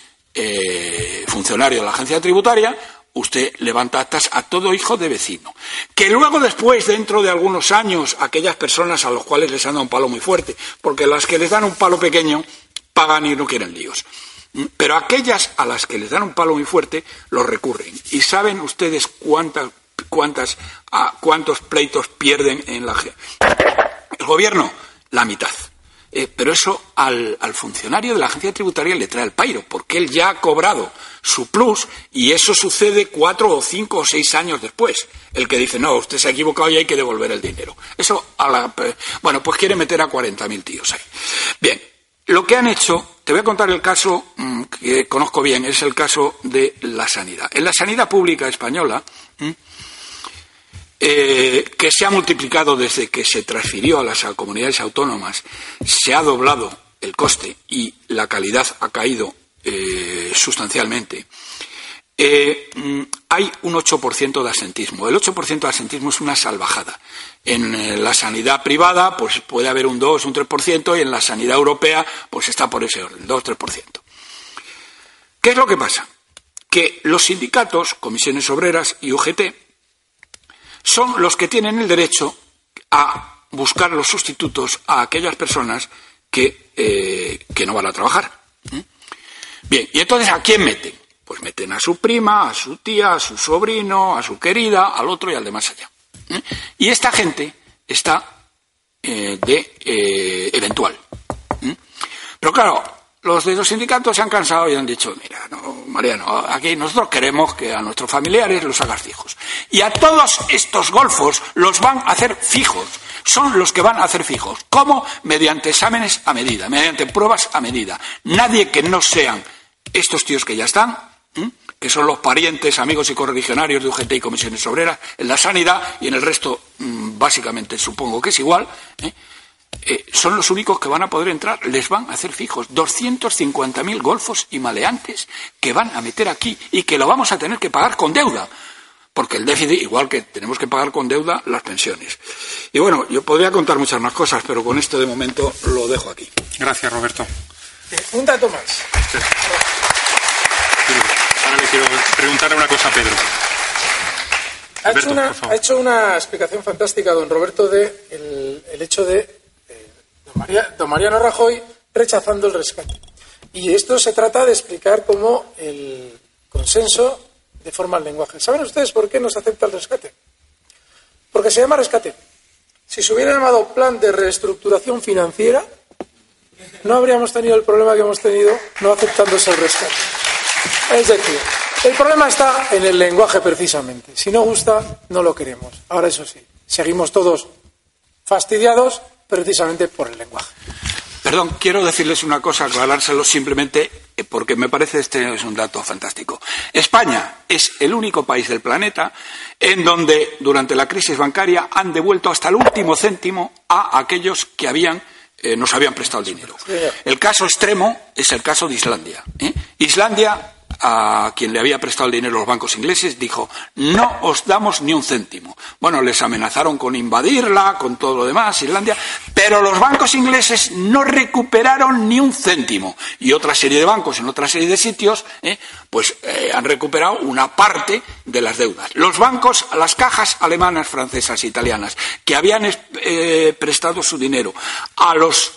eh, funcionario de la agencia tributaria, usted levanta actas a todo hijo de vecino. Que luego después, dentro de algunos años, aquellas personas a los cuales les han dado un palo muy fuerte, porque las que les dan un palo pequeño pagan y no quieren líos. Pero aquellas a las que les dan un palo muy fuerte, los recurren. ¿Y saben ustedes cuántas cuántas a cuántos pleitos pierden en la el gobierno? La mitad. Eh, pero eso al, al funcionario de la agencia tributaria le trae el pairo, porque él ya ha cobrado su plus y eso sucede cuatro o cinco o seis años después. El que dice, no, usted se ha equivocado y hay que devolver el dinero. Eso, a la, bueno, pues quiere meter a cuarenta mil tíos ahí. Bien, lo que han hecho, te voy a contar el caso mmm, que conozco bien, es el caso de la sanidad. En la sanidad pública española, mmm, Eh, que se ha multiplicado desde que se transfirió a las comunidades autónomas, se ha doblado el coste y la calidad ha caído eh, sustancialmente. Eh, hay un ocho por ciento de asentismo. El ocho por ciento de asentismo es una salvajada. En eh, la sanidad privada pues puede haber un dos, un tres por ciento y en la sanidad europea pues está por ese orden, dos, tres por ciento. ¿Qué es lo que pasa? Que los sindicatos, comisiones obreras y U G T, son los que tienen el derecho a buscar los sustitutos a aquellas personas que, eh, que no van a trabajar. ¿Mm? Bien, ¿y entonces a quién meten? Pues meten a su prima, a su tía, a su sobrino, a su querida, al otro y al de más allá. ¿Mm? Y esta gente está eh, de eh, eventual. ¿Mm? Pero claro, los de los sindicatos se han cansado y han dicho, mira, no, Mariano, aquí nosotros queremos que a nuestros familiares los hagas fijos. Y a todos estos golfos los van a hacer fijos. Son los que van a hacer fijos. ¿Cómo? Mediante exámenes a medida, mediante pruebas a medida. Nadie que no sean estos tíos que ya están, ¿eh? que son los parientes, amigos y correligionarios de U G T y comisiones obreras, en la sanidad y en el resto, básicamente supongo que es igual, ¿eh? Eh, son los únicos que van a poder entrar, les van a hacer fijos doscientos cincuenta mil golfos y maleantes que van a meter aquí y que lo vamos a tener que pagar con deuda, porque el déficit, igual que tenemos que pagar con deuda las pensiones. Y bueno, yo podría contar muchas más cosas, pero con esto de momento lo dejo aquí.
Gracias, Roberto.
Eh, un dato más.
Sí. Ahora le quiero preguntar una cosa a Pedro.
Ha,
Alberto,
hecho una, ha hecho una explicación fantástica, don Roberto, de el, el hecho de eh, don, María, don Mariano Rajoy rechazando el rescate. Y esto se trata de explicar cómo el consenso deforma el lenguaje. ¿Saben ustedes por qué no se acepta el rescate? Porque se llama rescate. Si se hubiera llamado plan de reestructuración financiera, no habríamos tenido el problema que hemos tenido no aceptándose el rescate. Es decir, el problema está en el lenguaje precisamente. Si no gusta, no lo queremos. Ahora, eso sí, seguimos todos fastidiados precisamente por el lenguaje.
Perdón, quiero decirles una cosa, aclarárselo simplemente porque me parece este es un dato fantástico. España es el único país del planeta en donde durante la crisis bancaria han devuelto hasta el último céntimo a aquellos que habían eh, nos habían prestado el dinero. El caso extremo es el caso de Islandia. ¿eh? Islandia, a quien le había prestado el dinero los bancos ingleses, dijo: no os damos ni un céntimo. Bueno, les amenazaron con invadirla, con todo lo demás, Islandia, pero los bancos ingleses no recuperaron ni un céntimo. Y otra serie de bancos en otra serie de sitios, eh, pues eh, han recuperado una parte de las deudas. Los bancos, las cajas alemanas, francesas, italianas, que habían eh, prestado su dinero a los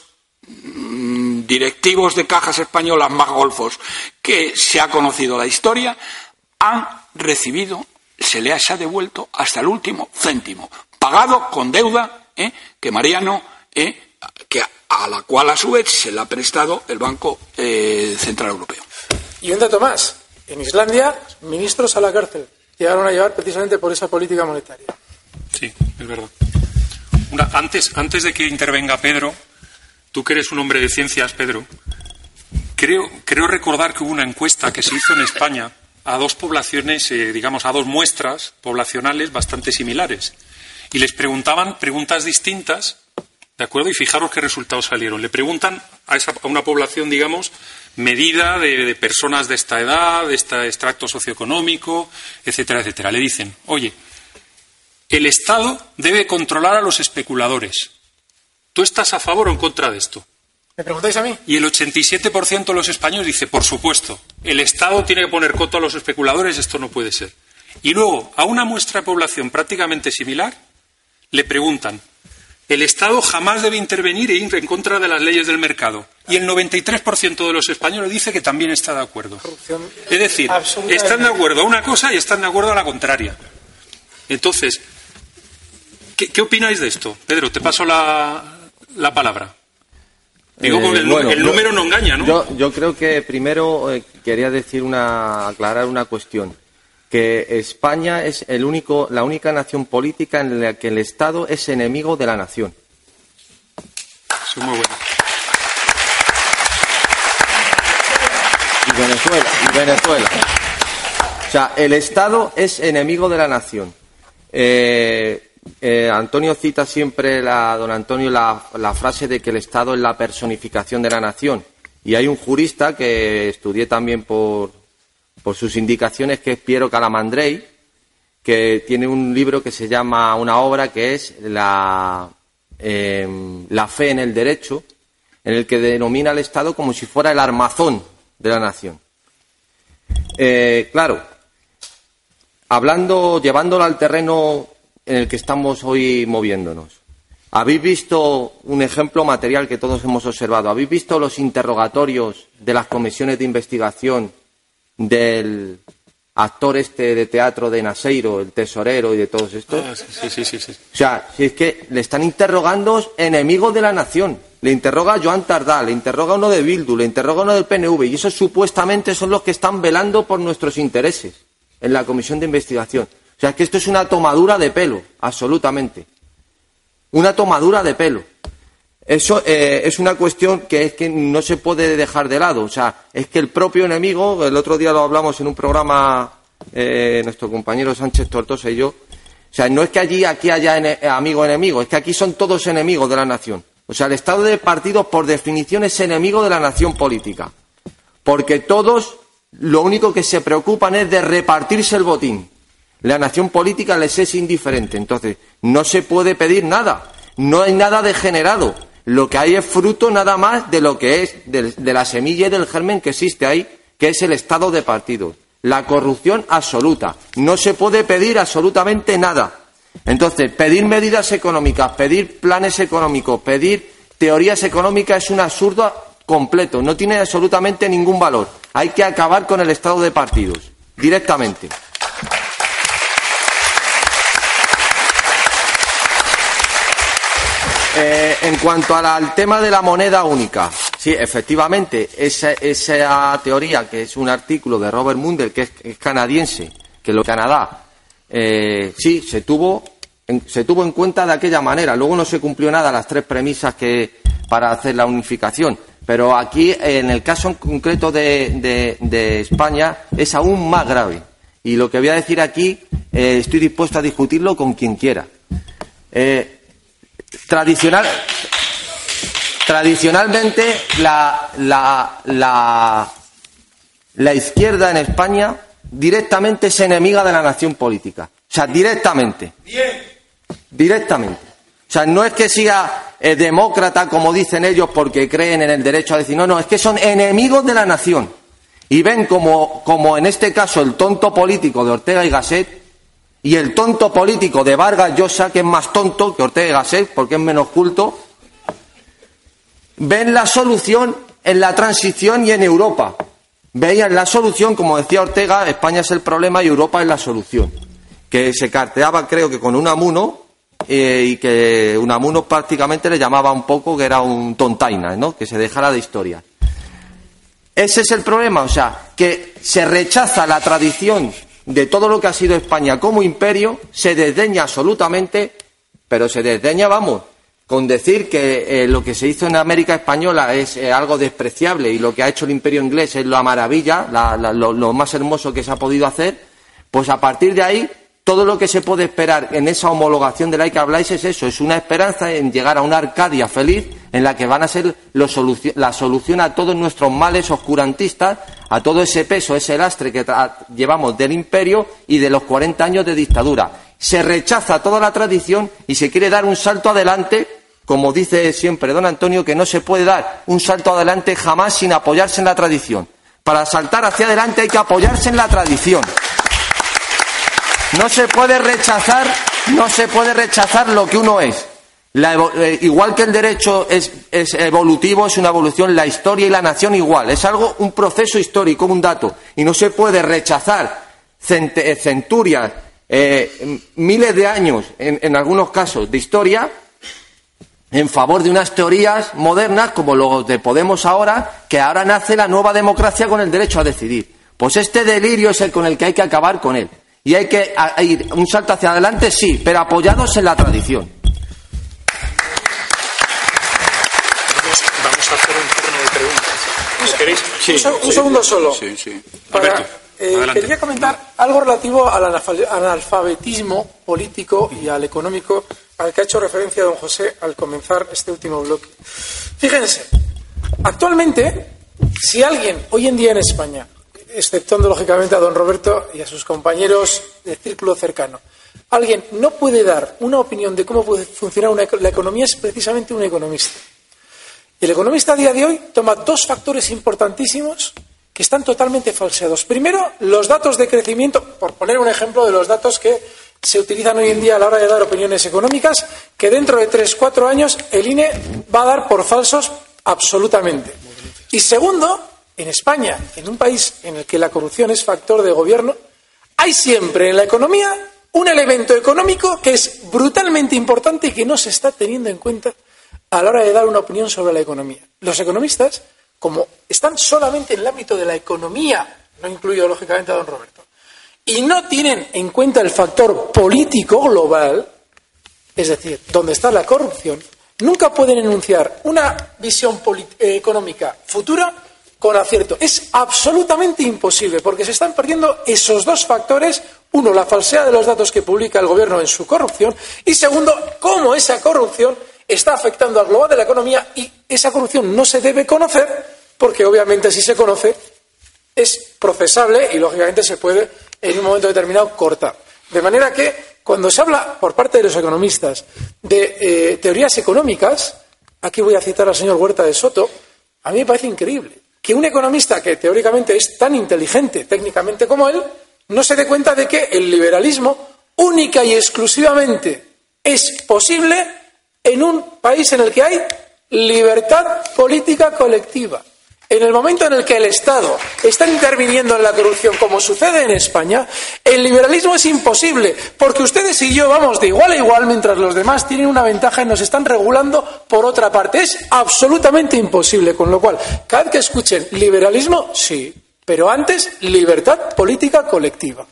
directivos de cajas españolas más golfos que se ha conocido la historia, han recibido, se les ha devuelto hasta el último céntimo, pagado con deuda eh, que Mariano, eh, que a la cual a su vez se le ha prestado el Banco eh, Central Europeo.
Y un dato más, en Islandia, ministros a la cárcel llegaron a llevar precisamente por esa política monetaria.
Sí, es verdad. Una, antes, antes de que intervenga Pedro, tú que eres un hombre de ciencias, Pedro, creo, creo recordar que hubo una encuesta que se hizo en España a dos poblaciones, eh, digamos, a dos muestras poblacionales bastante similares. Y les preguntaban preguntas distintas, ¿de acuerdo? Y fijaros qué resultados salieron. Le preguntan a, esa, a una población, digamos, medida de, de personas de esta edad, de este extracto socioeconómico, etcétera, etcétera. Le dicen: oye, el Estado debe controlar a los especuladores. ¿Tú estás a favor o en contra de esto?
¿Me preguntáis a mí?
Y el ochenta y siete por ciento de los españoles dice: por supuesto, el Estado tiene que poner coto a los especuladores, esto no puede ser. Y luego, a una muestra de población prácticamente similar, le preguntan: el Estado jamás debe intervenir e ir en contra de las leyes del mercado. Y el noventa y tres por ciento de los españoles dice que también está de acuerdo.
Corrupción.
Es decir, están de acuerdo a una cosa y están de acuerdo a la contraria. Entonces, ¿qué, qué opináis de esto? Pedro, te paso la... la palabra. Digo,
eh,
el,
bueno,
el número
yo,
no engaña, ¿no?
Yo, yo creo que primero eh, quería decir una, aclarar una cuestión, que España es el único, la única nación política en la que el Estado es enemigo de la nación.
Eso es muy bueno.
Y Venezuela, y Venezuela. O sea, el Estado es enemigo de la nación. Eh, Eh, Antonio cita siempre, la, don Antonio, la, la frase de que el Estado es la personificación de la nación. Y hay un jurista que estudié también por, por sus indicaciones, que es Piero Calamandrei, que tiene un libro que se llama, una obra que es la, eh, la fe en el derecho, en el que denomina al Estado como si fuera el armazón de la nación. Eh, claro, hablando, llevándolo al terreno en el que estamos hoy moviéndonos. ¿Habéis visto un ejemplo material que todos hemos observado? ¿Habéis visto los interrogatorios de las comisiones de investigación del actor este de teatro de Naseiro, el tesorero y de todos estos?
Ah, sí, sí, sí, sí.
O sea, si es que le están interrogando enemigos de la nación. Le interroga a Joan Tardá, le interroga uno de Bildu, le interroga uno del P N V, y esos supuestamente son los que están velando por nuestros intereses en la comisión de investigación. O sea, que esto es una tomadura de pelo, absolutamente. Una tomadura de pelo. Eso eh, es una cuestión que es que no se puede dejar de lado. O sea, es que el propio enemigo, el otro día lo hablamos en un programa, eh, nuestro compañero Sánchez Tortosa y yo, o sea, no es que allí aquí haya ene, amigo enemigo, es que aquí son todos enemigos de la nación. O sea, el estado de partidos, por definición, es enemigo de la nación política. Porque todos lo único que se preocupan es de repartirse el botín. La nación política les es indiferente. Entonces, no se puede pedir nada. No hay nada degenerado. Lo que hay es fruto nada más de lo que es, de, de la semilla y del germen que existe ahí, que es el estado de partidos. La corrupción absoluta. No se puede pedir absolutamente nada. Entonces, pedir medidas económicas, pedir planes económicos, pedir teorías económicas es un absurdo completo. No tiene absolutamente ningún valor. Hay que acabar con el estado de partidos, directamente. Eh, en cuanto a la, al tema de la moneda única, sí, efectivamente, esa, esa teoría, que es un artículo de Robert Mundell, que es, es canadiense, que lo Canadá, eh, sí, se tuvo, en, se tuvo en cuenta de aquella manera. Luego no se cumplió nada las tres premisas que para hacer la unificación. Pero aquí, en el caso en concreto de, de, de España, es aún más grave. Y lo que voy a decir aquí, eh, estoy dispuesto a discutirlo con quien quiera. Eh, Tradicional, tradicionalmente la, la, la, la izquierda en España directamente es enemiga de la nación política. O sea, directamente. Directamente. O sea, no es que sea eh, demócrata, como dicen ellos, porque creen en el derecho a decir. No, no, es que son enemigos de la nación. Y ven como, como en este caso el tonto político de Ortega y Gasset y el tonto político de Vargas Llosa, que es más tonto que Ortega y Gasset, porque es menos culto, ven la solución en la transición y en Europa. Veían la solución, como decía Ortega, España es el problema y Europa es la solución. Que se carteaba, creo que con Unamuno, eh, y que Unamuno prácticamente le llamaba un poco que era un tontaina, ¿no? Que se dejara de historia. Ese es el problema, o sea, que se rechaza la tradición de todo lo que ha sido España como imperio, se desdeña absolutamente, pero se desdeña, vamos, con decir que eh, lo que se hizo en América Española es eh, algo despreciable y lo que ha hecho el imperio inglés es la maravilla, la, la, lo, lo más hermoso que se ha podido hacer, pues a partir de ahí, todo lo que se puede esperar en esa homologación de la que habláis es eso, es una esperanza en llegar a una Arcadia feliz en la que van a ser los soluci- la solución a todos nuestros males oscurantistas, a todo ese peso, ese lastre que tra- llevamos del imperio y de los cuarenta años de dictadura. Se rechaza toda la tradición y se quiere dar un salto adelante, como dice siempre don Antonio, que no se puede dar un salto adelante jamás sin apoyarse en la tradición. Para saltar hacia adelante hay que apoyarse en la tradición. No se puede rechazar, no se puede rechazar lo que uno es. La, eh, igual que el derecho es, es evolutivo, es una evolución, la historia y la nación igual. Es algo, un proceso histórico, un dato. Y no se puede rechazar cent, eh, centurias, eh, miles de años, en, en algunos casos, de historia, en favor de unas teorías modernas, como los de Podemos ahora, que ahora nace la nueva democracia con el derecho a decidir. Pues este delirio es el con el que hay que acabar con él. Y hay que a, ir un salto hacia adelante, sí, pero apoyados en la tradición.
Vamos, vamos a hacer un turno de preguntas. ¿Queréis? Sí,
un, un
sí,
segundo solo.
Sí, sí.
Para,
Alberto,
eh,
adelante.
quería comentar algo relativo al analfabetismo político y al económico al que ha hecho referencia don José al comenzar este último bloque. Fíjense, actualmente, si alguien hoy en día en España, exceptuando lógicamente a don Roberto y a sus compañeros del círculo cercano, alguien no puede dar una opinión de cómo puede funcionar una, la economía, es precisamente un economista. Y el economista a día de hoy toma dos factores importantísimos que están totalmente falseados. Primero, los datos de crecimiento, por poner un ejemplo de los datos que se utilizan hoy en día a la hora de dar opiniones económicas, que dentro de tres, cuatro años el I N E va a dar por falsos absolutamente. Y segundo, en España, en un país en el que la corrupción es factor de gobierno, hay siempre en la economía un elemento económico que es brutalmente importante y que no se está teniendo en cuenta a la hora de dar una opinión sobre la economía. Los economistas, como están solamente en el ámbito de la economía, no incluido lógicamente a don Roberto, y no tienen en cuenta el factor político global, es decir, donde está la corrupción, nunca pueden enunciar una visión eh, económica futura con acierto. Es absolutamente imposible, porque se están perdiendo esos dos factores. Uno, la falsedad de los datos que publica el gobierno en su corrupción, y segundo, cómo esa corrupción está afectando al global de la economía, y esa corrupción no se debe conocer, porque obviamente si se conoce es procesable y lógicamente se puede en un momento determinado cortar. De manera que cuando se habla por parte de los economistas de eh, teorías económicas, aquí voy a citar al señor Huerta de Soto, a mí me parece increíble que un economista que teóricamente es tan inteligente técnicamente como él no se dé cuenta de que el liberalismo única y exclusivamente es posible en un país en el que hay libertad política colectiva. En el momento en el que el Estado está interviniendo en la corrupción, como sucede en España, el liberalismo es imposible, porque ustedes y yo vamos de igual a igual, mientras los demás tienen una ventaja y nos están regulando por otra parte. Es absolutamente imposible, con lo cual, cada vez que escuchen liberalismo, sí, pero antes, libertad política colectiva.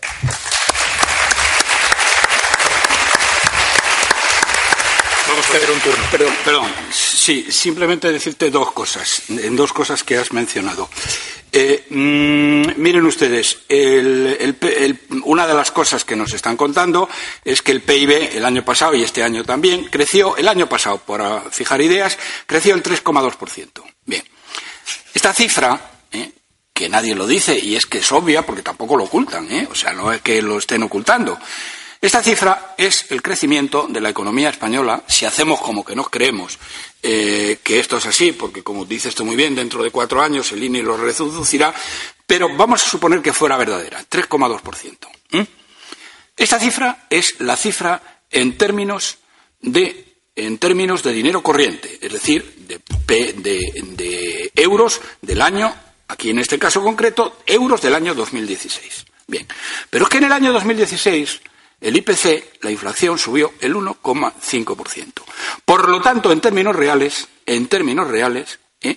Vamos a hacer un turno.
Perdón, perdón. Sí, simplemente decirte dos cosas, en dos cosas que has mencionado. Eh, mmm, miren ustedes, el, el, el, una de las cosas que nos están contando es que el P I B el año pasado y este año también creció, el año pasado, para fijar ideas, creció el tres coma dos por ciento. Bien, esta cifra, eh, que nadie lo dice, y es que es obvia porque tampoco lo ocultan, eh, o sea, no es que lo estén ocultando. Esta cifra es el crecimiento de la economía española, si hacemos como que nos creemos eh, que esto es así, porque como dice esto muy bien, dentro de cuatro años el I N E lo reducirá, pero vamos a suponer que fuera verdadera, tres coma dos por ciento. ¿Mm? Esta cifra es la cifra en términos de, en términos de dinero corriente, es decir, de, de, de euros del año, aquí en este caso concreto, euros del año dos mil dieciséis. Bien, pero es que en el año dos mil dieciséis el I P C, la inflación, subió el uno coma cinco por ciento. Por lo tanto, en términos reales, en términos reales, ¿eh?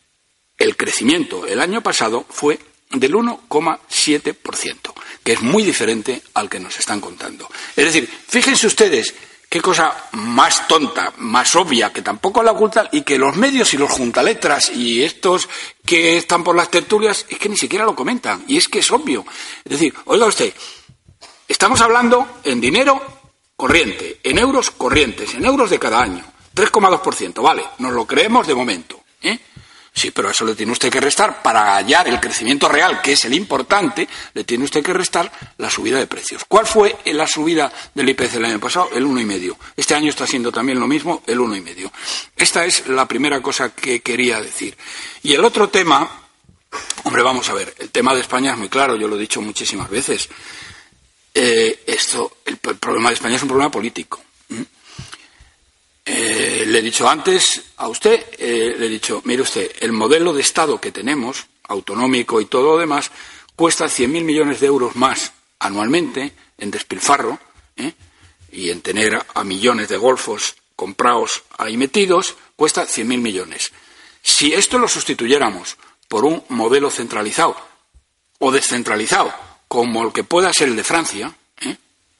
el crecimiento el año pasado fue del uno coma siete por ciento, que es muy diferente al que nos están contando. Es decir, fíjense ustedes qué cosa más tonta, más obvia, que tampoco la ocultan, y que los medios y los juntaletras y estos que están por las tertulias es que ni siquiera lo comentan, y es que es obvio. Es decir, oiga usted, estamos hablando en dinero corriente, en euros corrientes, en euros de cada año, tres coma dos por ciento, vale, nos lo creemos de momento, ¿eh? Sí, pero a eso le tiene usted que restar, para hallar el crecimiento real, que es el importante, le tiene usted que restar la subida de precios. ¿Cuál fue la subida del I P C el año pasado? El uno coma cinco. Este año está siendo también lo mismo, el uno coma cinco. Esta es la primera cosa que quería decir. Y el otro tema, hombre, vamos a ver, el tema de España es muy claro, yo lo he dicho muchísimas veces. Eh, esto, el, el problema de España es un problema político. ¿Mm? Eh, le he dicho antes a usted, eh, le he dicho, mire usted, el modelo de Estado que tenemos, autonómico y todo lo demás, cuesta cien mil millones de euros más anualmente en despilfarro, ¿eh? y en tener a millones de golfos comprados ahí metidos, cuesta cien mil millones. Si esto lo sustituyéramos por un modelo centralizado o descentralizado, como el que pueda ser el de Francia, ¿eh?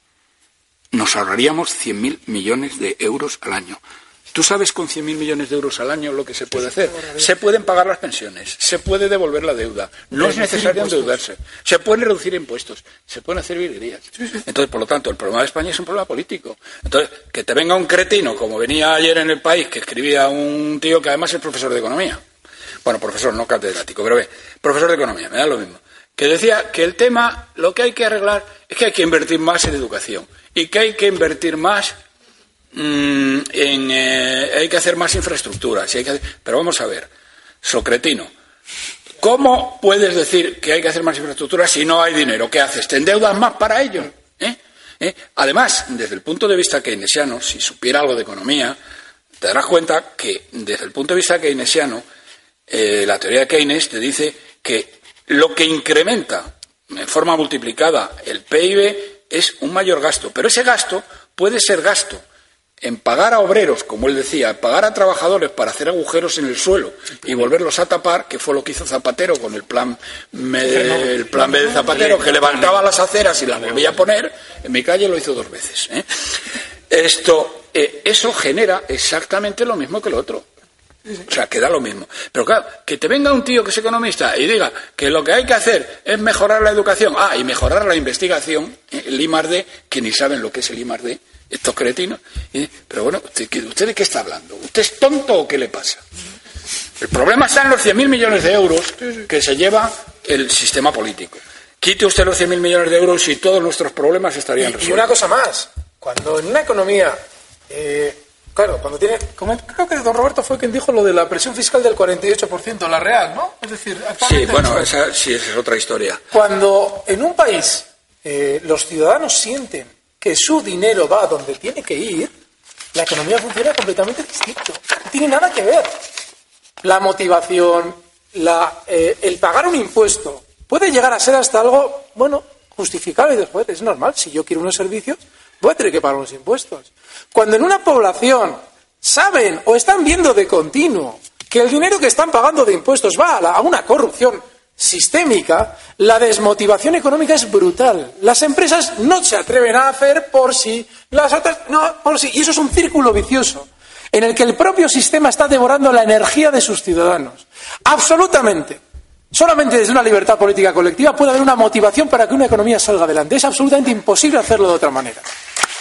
nos ahorraríamos cien mil millones de euros al año. ¿Tú sabes con cien mil millones de euros al año lo que se puede hacer? Se pueden pagar las pensiones, se puede devolver la deuda, no es necesario endeudarse, se pueden reducir impuestos, se pueden hacer virguerías. Entonces, por lo tanto, el problema de España es un problema político. Entonces, que te venga un cretino, como venía ayer en El País, que escribía un tío que además es profesor de economía. Bueno, profesor, no catedrático, pero ve, profesor de economía, me da lo mismo. Que decía que el tema, lo que hay que arreglar es que hay que invertir más en educación y que hay que invertir más mmm, en... Eh, hay que hacer más infraestructuras. Y hay que hacer... Pero vamos a ver, Socretino, ¿cómo puedes decir que hay que hacer más infraestructuras si no hay dinero? ¿Qué haces? ¿Te endeudas más para ello? ¿Eh? ¿Eh? Además, desde el punto de vista keynesiano, si supiera algo de economía, te darás cuenta que desde el punto de vista keynesiano, eh, la teoría de Keynes te dice que lo que incrementa en forma multiplicada el P I B es un mayor gasto, pero ese gasto puede ser gasto en pagar a obreros, como él decía, pagar a trabajadores para hacer agujeros en el suelo y volverlos a tapar, que fue lo que hizo Zapatero con el plan, el plan B de Zapatero, que levantaba las aceras y las volvía a poner. En mi calle lo hizo dos veces, ¿eh? Esto, eh, eso genera exactamente lo mismo que lo otro. O sea, que da lo mismo. Pero claro, que te venga un tío que es economista y diga que lo que hay que hacer es mejorar la educación, ah, y mejorar la investigación, el I más D, que ni saben lo que es el I más D, estos cretinos. Y, pero bueno, ¿usted, ¿usted de qué está hablando? ¿Usted es tonto o qué le pasa? El problema está en los cien mil millones de euros que se lleva el sistema político. Quite usted los cien mil millones de euros y todos nuestros problemas estarían resueltos.
Y una cosa más, cuando en una economía... Eh, Claro, cuando tiene, como creo que don Roberto fue quien dijo lo de la presión fiscal del cuarenta y ocho por ciento, la real, ¿no? Es decir,
sí, bueno, esa sí esa es otra historia.
Cuando en un país eh, los ciudadanos sienten que su dinero va donde tiene que ir, la economía funciona completamente distinto. No tiene nada que ver. La motivación, la, eh, el pagar un impuesto puede llegar a ser hasta algo, bueno, justificable y después es normal. Si yo quiero unos servicios, voy a tener que pagar unos impuestos. Cuando en una población saben o están viendo de continuo que el dinero que están pagando de impuestos va a, la, a una corrupción sistémica, la desmotivación económica es brutal. Las empresas no se atreven a hacer por sí, las otras no por sí. Y eso es un círculo vicioso en el que el propio sistema está devorando la energía de sus ciudadanos. Absolutamente. Solamente desde una libertad política colectiva puede haber una motivación para que una economía salga adelante. Es absolutamente imposible hacerlo de otra manera.